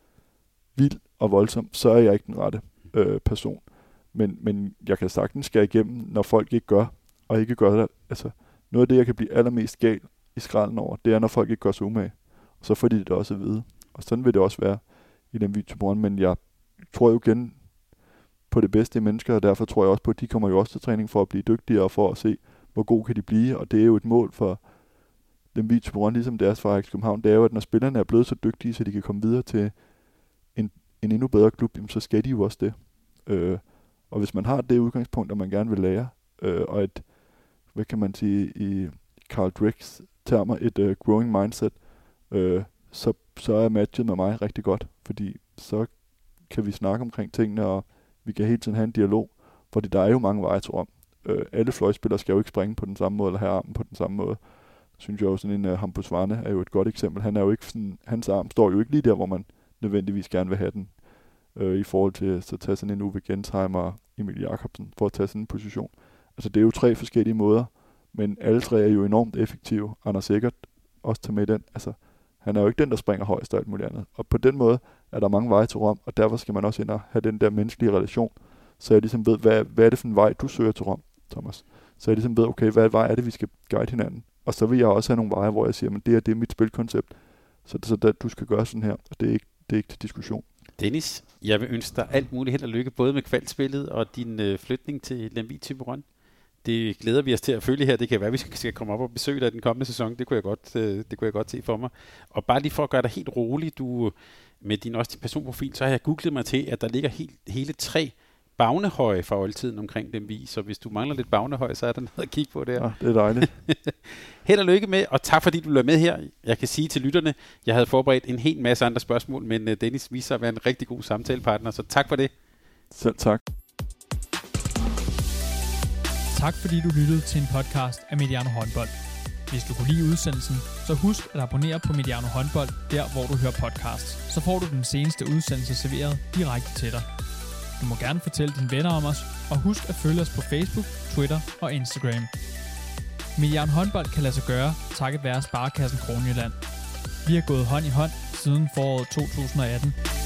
vild og voldsom, så er jeg ikke den rette øh, person. Men, men jeg kan sagtens skære igennem, når folk ikke gør, og ikke gør det. Altså, noget af det, jeg kan blive allermest gal i skralden over, det er, når folk ikke gør sig umage. Og så får de det også at vide. Og sådan vil det også være i den videobrønd. Men jeg tror jo igen på det bedste i mennesker, og derfor tror jeg også på, at de kommer jo også til træning for at blive dygtigere, og for at se, hvor god kan de blive. Og det er jo et mål for den videobrønd, ligesom det er for Ajax København. Det er jo, at når spillerne er blevet så dygtige, så de kan komme videre til en, en endnu bedre klub, så skal de jo også det. Øh, og hvis man har det udgangspunkt, at man gerne vil lære, øh, og et, hvad kan man sige, i Carl Dwecks termer, et uh, growing mindset, øh, så, så er matchet med mig rigtig godt, fordi så kan vi snakke omkring tingene, og vi kan hele tiden have en dialog, fordi der er jo mange veje til Rom. Øh, alle fløjspillere skal jo ikke springe på den samme måde, eller have armen på den samme måde. Synes jeg jo, sådan en uh, Hampus Varne er jo et godt eksempel. Han er jo ikke sådan, hans arm står jo ikke lige der, hvor man nødvendigvis gerne vil have den, øh, i forhold til så tage sådan en Uwe Gensheimer og Emil Jakobsen, for at tage sådan en position. Altså det er jo tre forskellige måder, men alle tre er jo enormt effektive. Anders Sikkert også tager med den. Altså, han er jo ikke den, der springer højst og alt muligt andet. Og på den måde er der mange veje til Rom, og derfor skal man også ind og have den der menneskelige relation, så jeg ligesom ved, hvad, hvad er det for en vej, du søger til Rom, Thomas? Så jeg ligesom ved, okay, hvad vej er det, vi skal guide hinanden? Og så vil jeg også have nogle veje, hvor jeg siger, men det er, det er mit spilkoncept, så, så det, du skal gøre sådan her, og det er ikke, det er ikke til diskussion. Dennis, jeg vil ønske dig alt muligt held og lykke, både med kvalspillet og din øh, flytning til Lemvig-Thyborøn. Det glæder vi os til at følge her. Det kan være, at vi skal komme op og besøge dig den kommende sæson. Det kunne jeg godt, øh, det kunne jeg godt se for mig. Og bare lige for at gøre dig helt rolig, du med din også din personprofil, så har jeg googlet mig til, at der ligger helt, hele tre bagnehøje for oldtiden omkring Lemvig. Så hvis du mangler lidt bagnehøj, så er der noget at kigge på der. Ja, det er dejligt. Held og lykke med, og tak fordi du lød med her. Jeg kan sige til lytterne, jeg havde forberedt en hel masse andre spørgsmål, men Dennis viser sig at være en rigtig god samtalepartner, så tak for det. Selv tak. Tak fordi du lyttede til en podcast af Mediano Håndbold. Hvis du kunne lide udsendelsen, så husk at abonnere på Mediano Håndbold, der hvor du hører podcasts. Så får du den seneste udsendelse serveret direkte til dig. Du må gerne fortælle dine venner om os, og husk at følge os på Facebook, Twitter og Instagram. Mediano Håndbold kan lade sig gøre, takket være Sparekassen Kronjylland. Vi har gået hånd i hånd siden foråret to tusind og atten.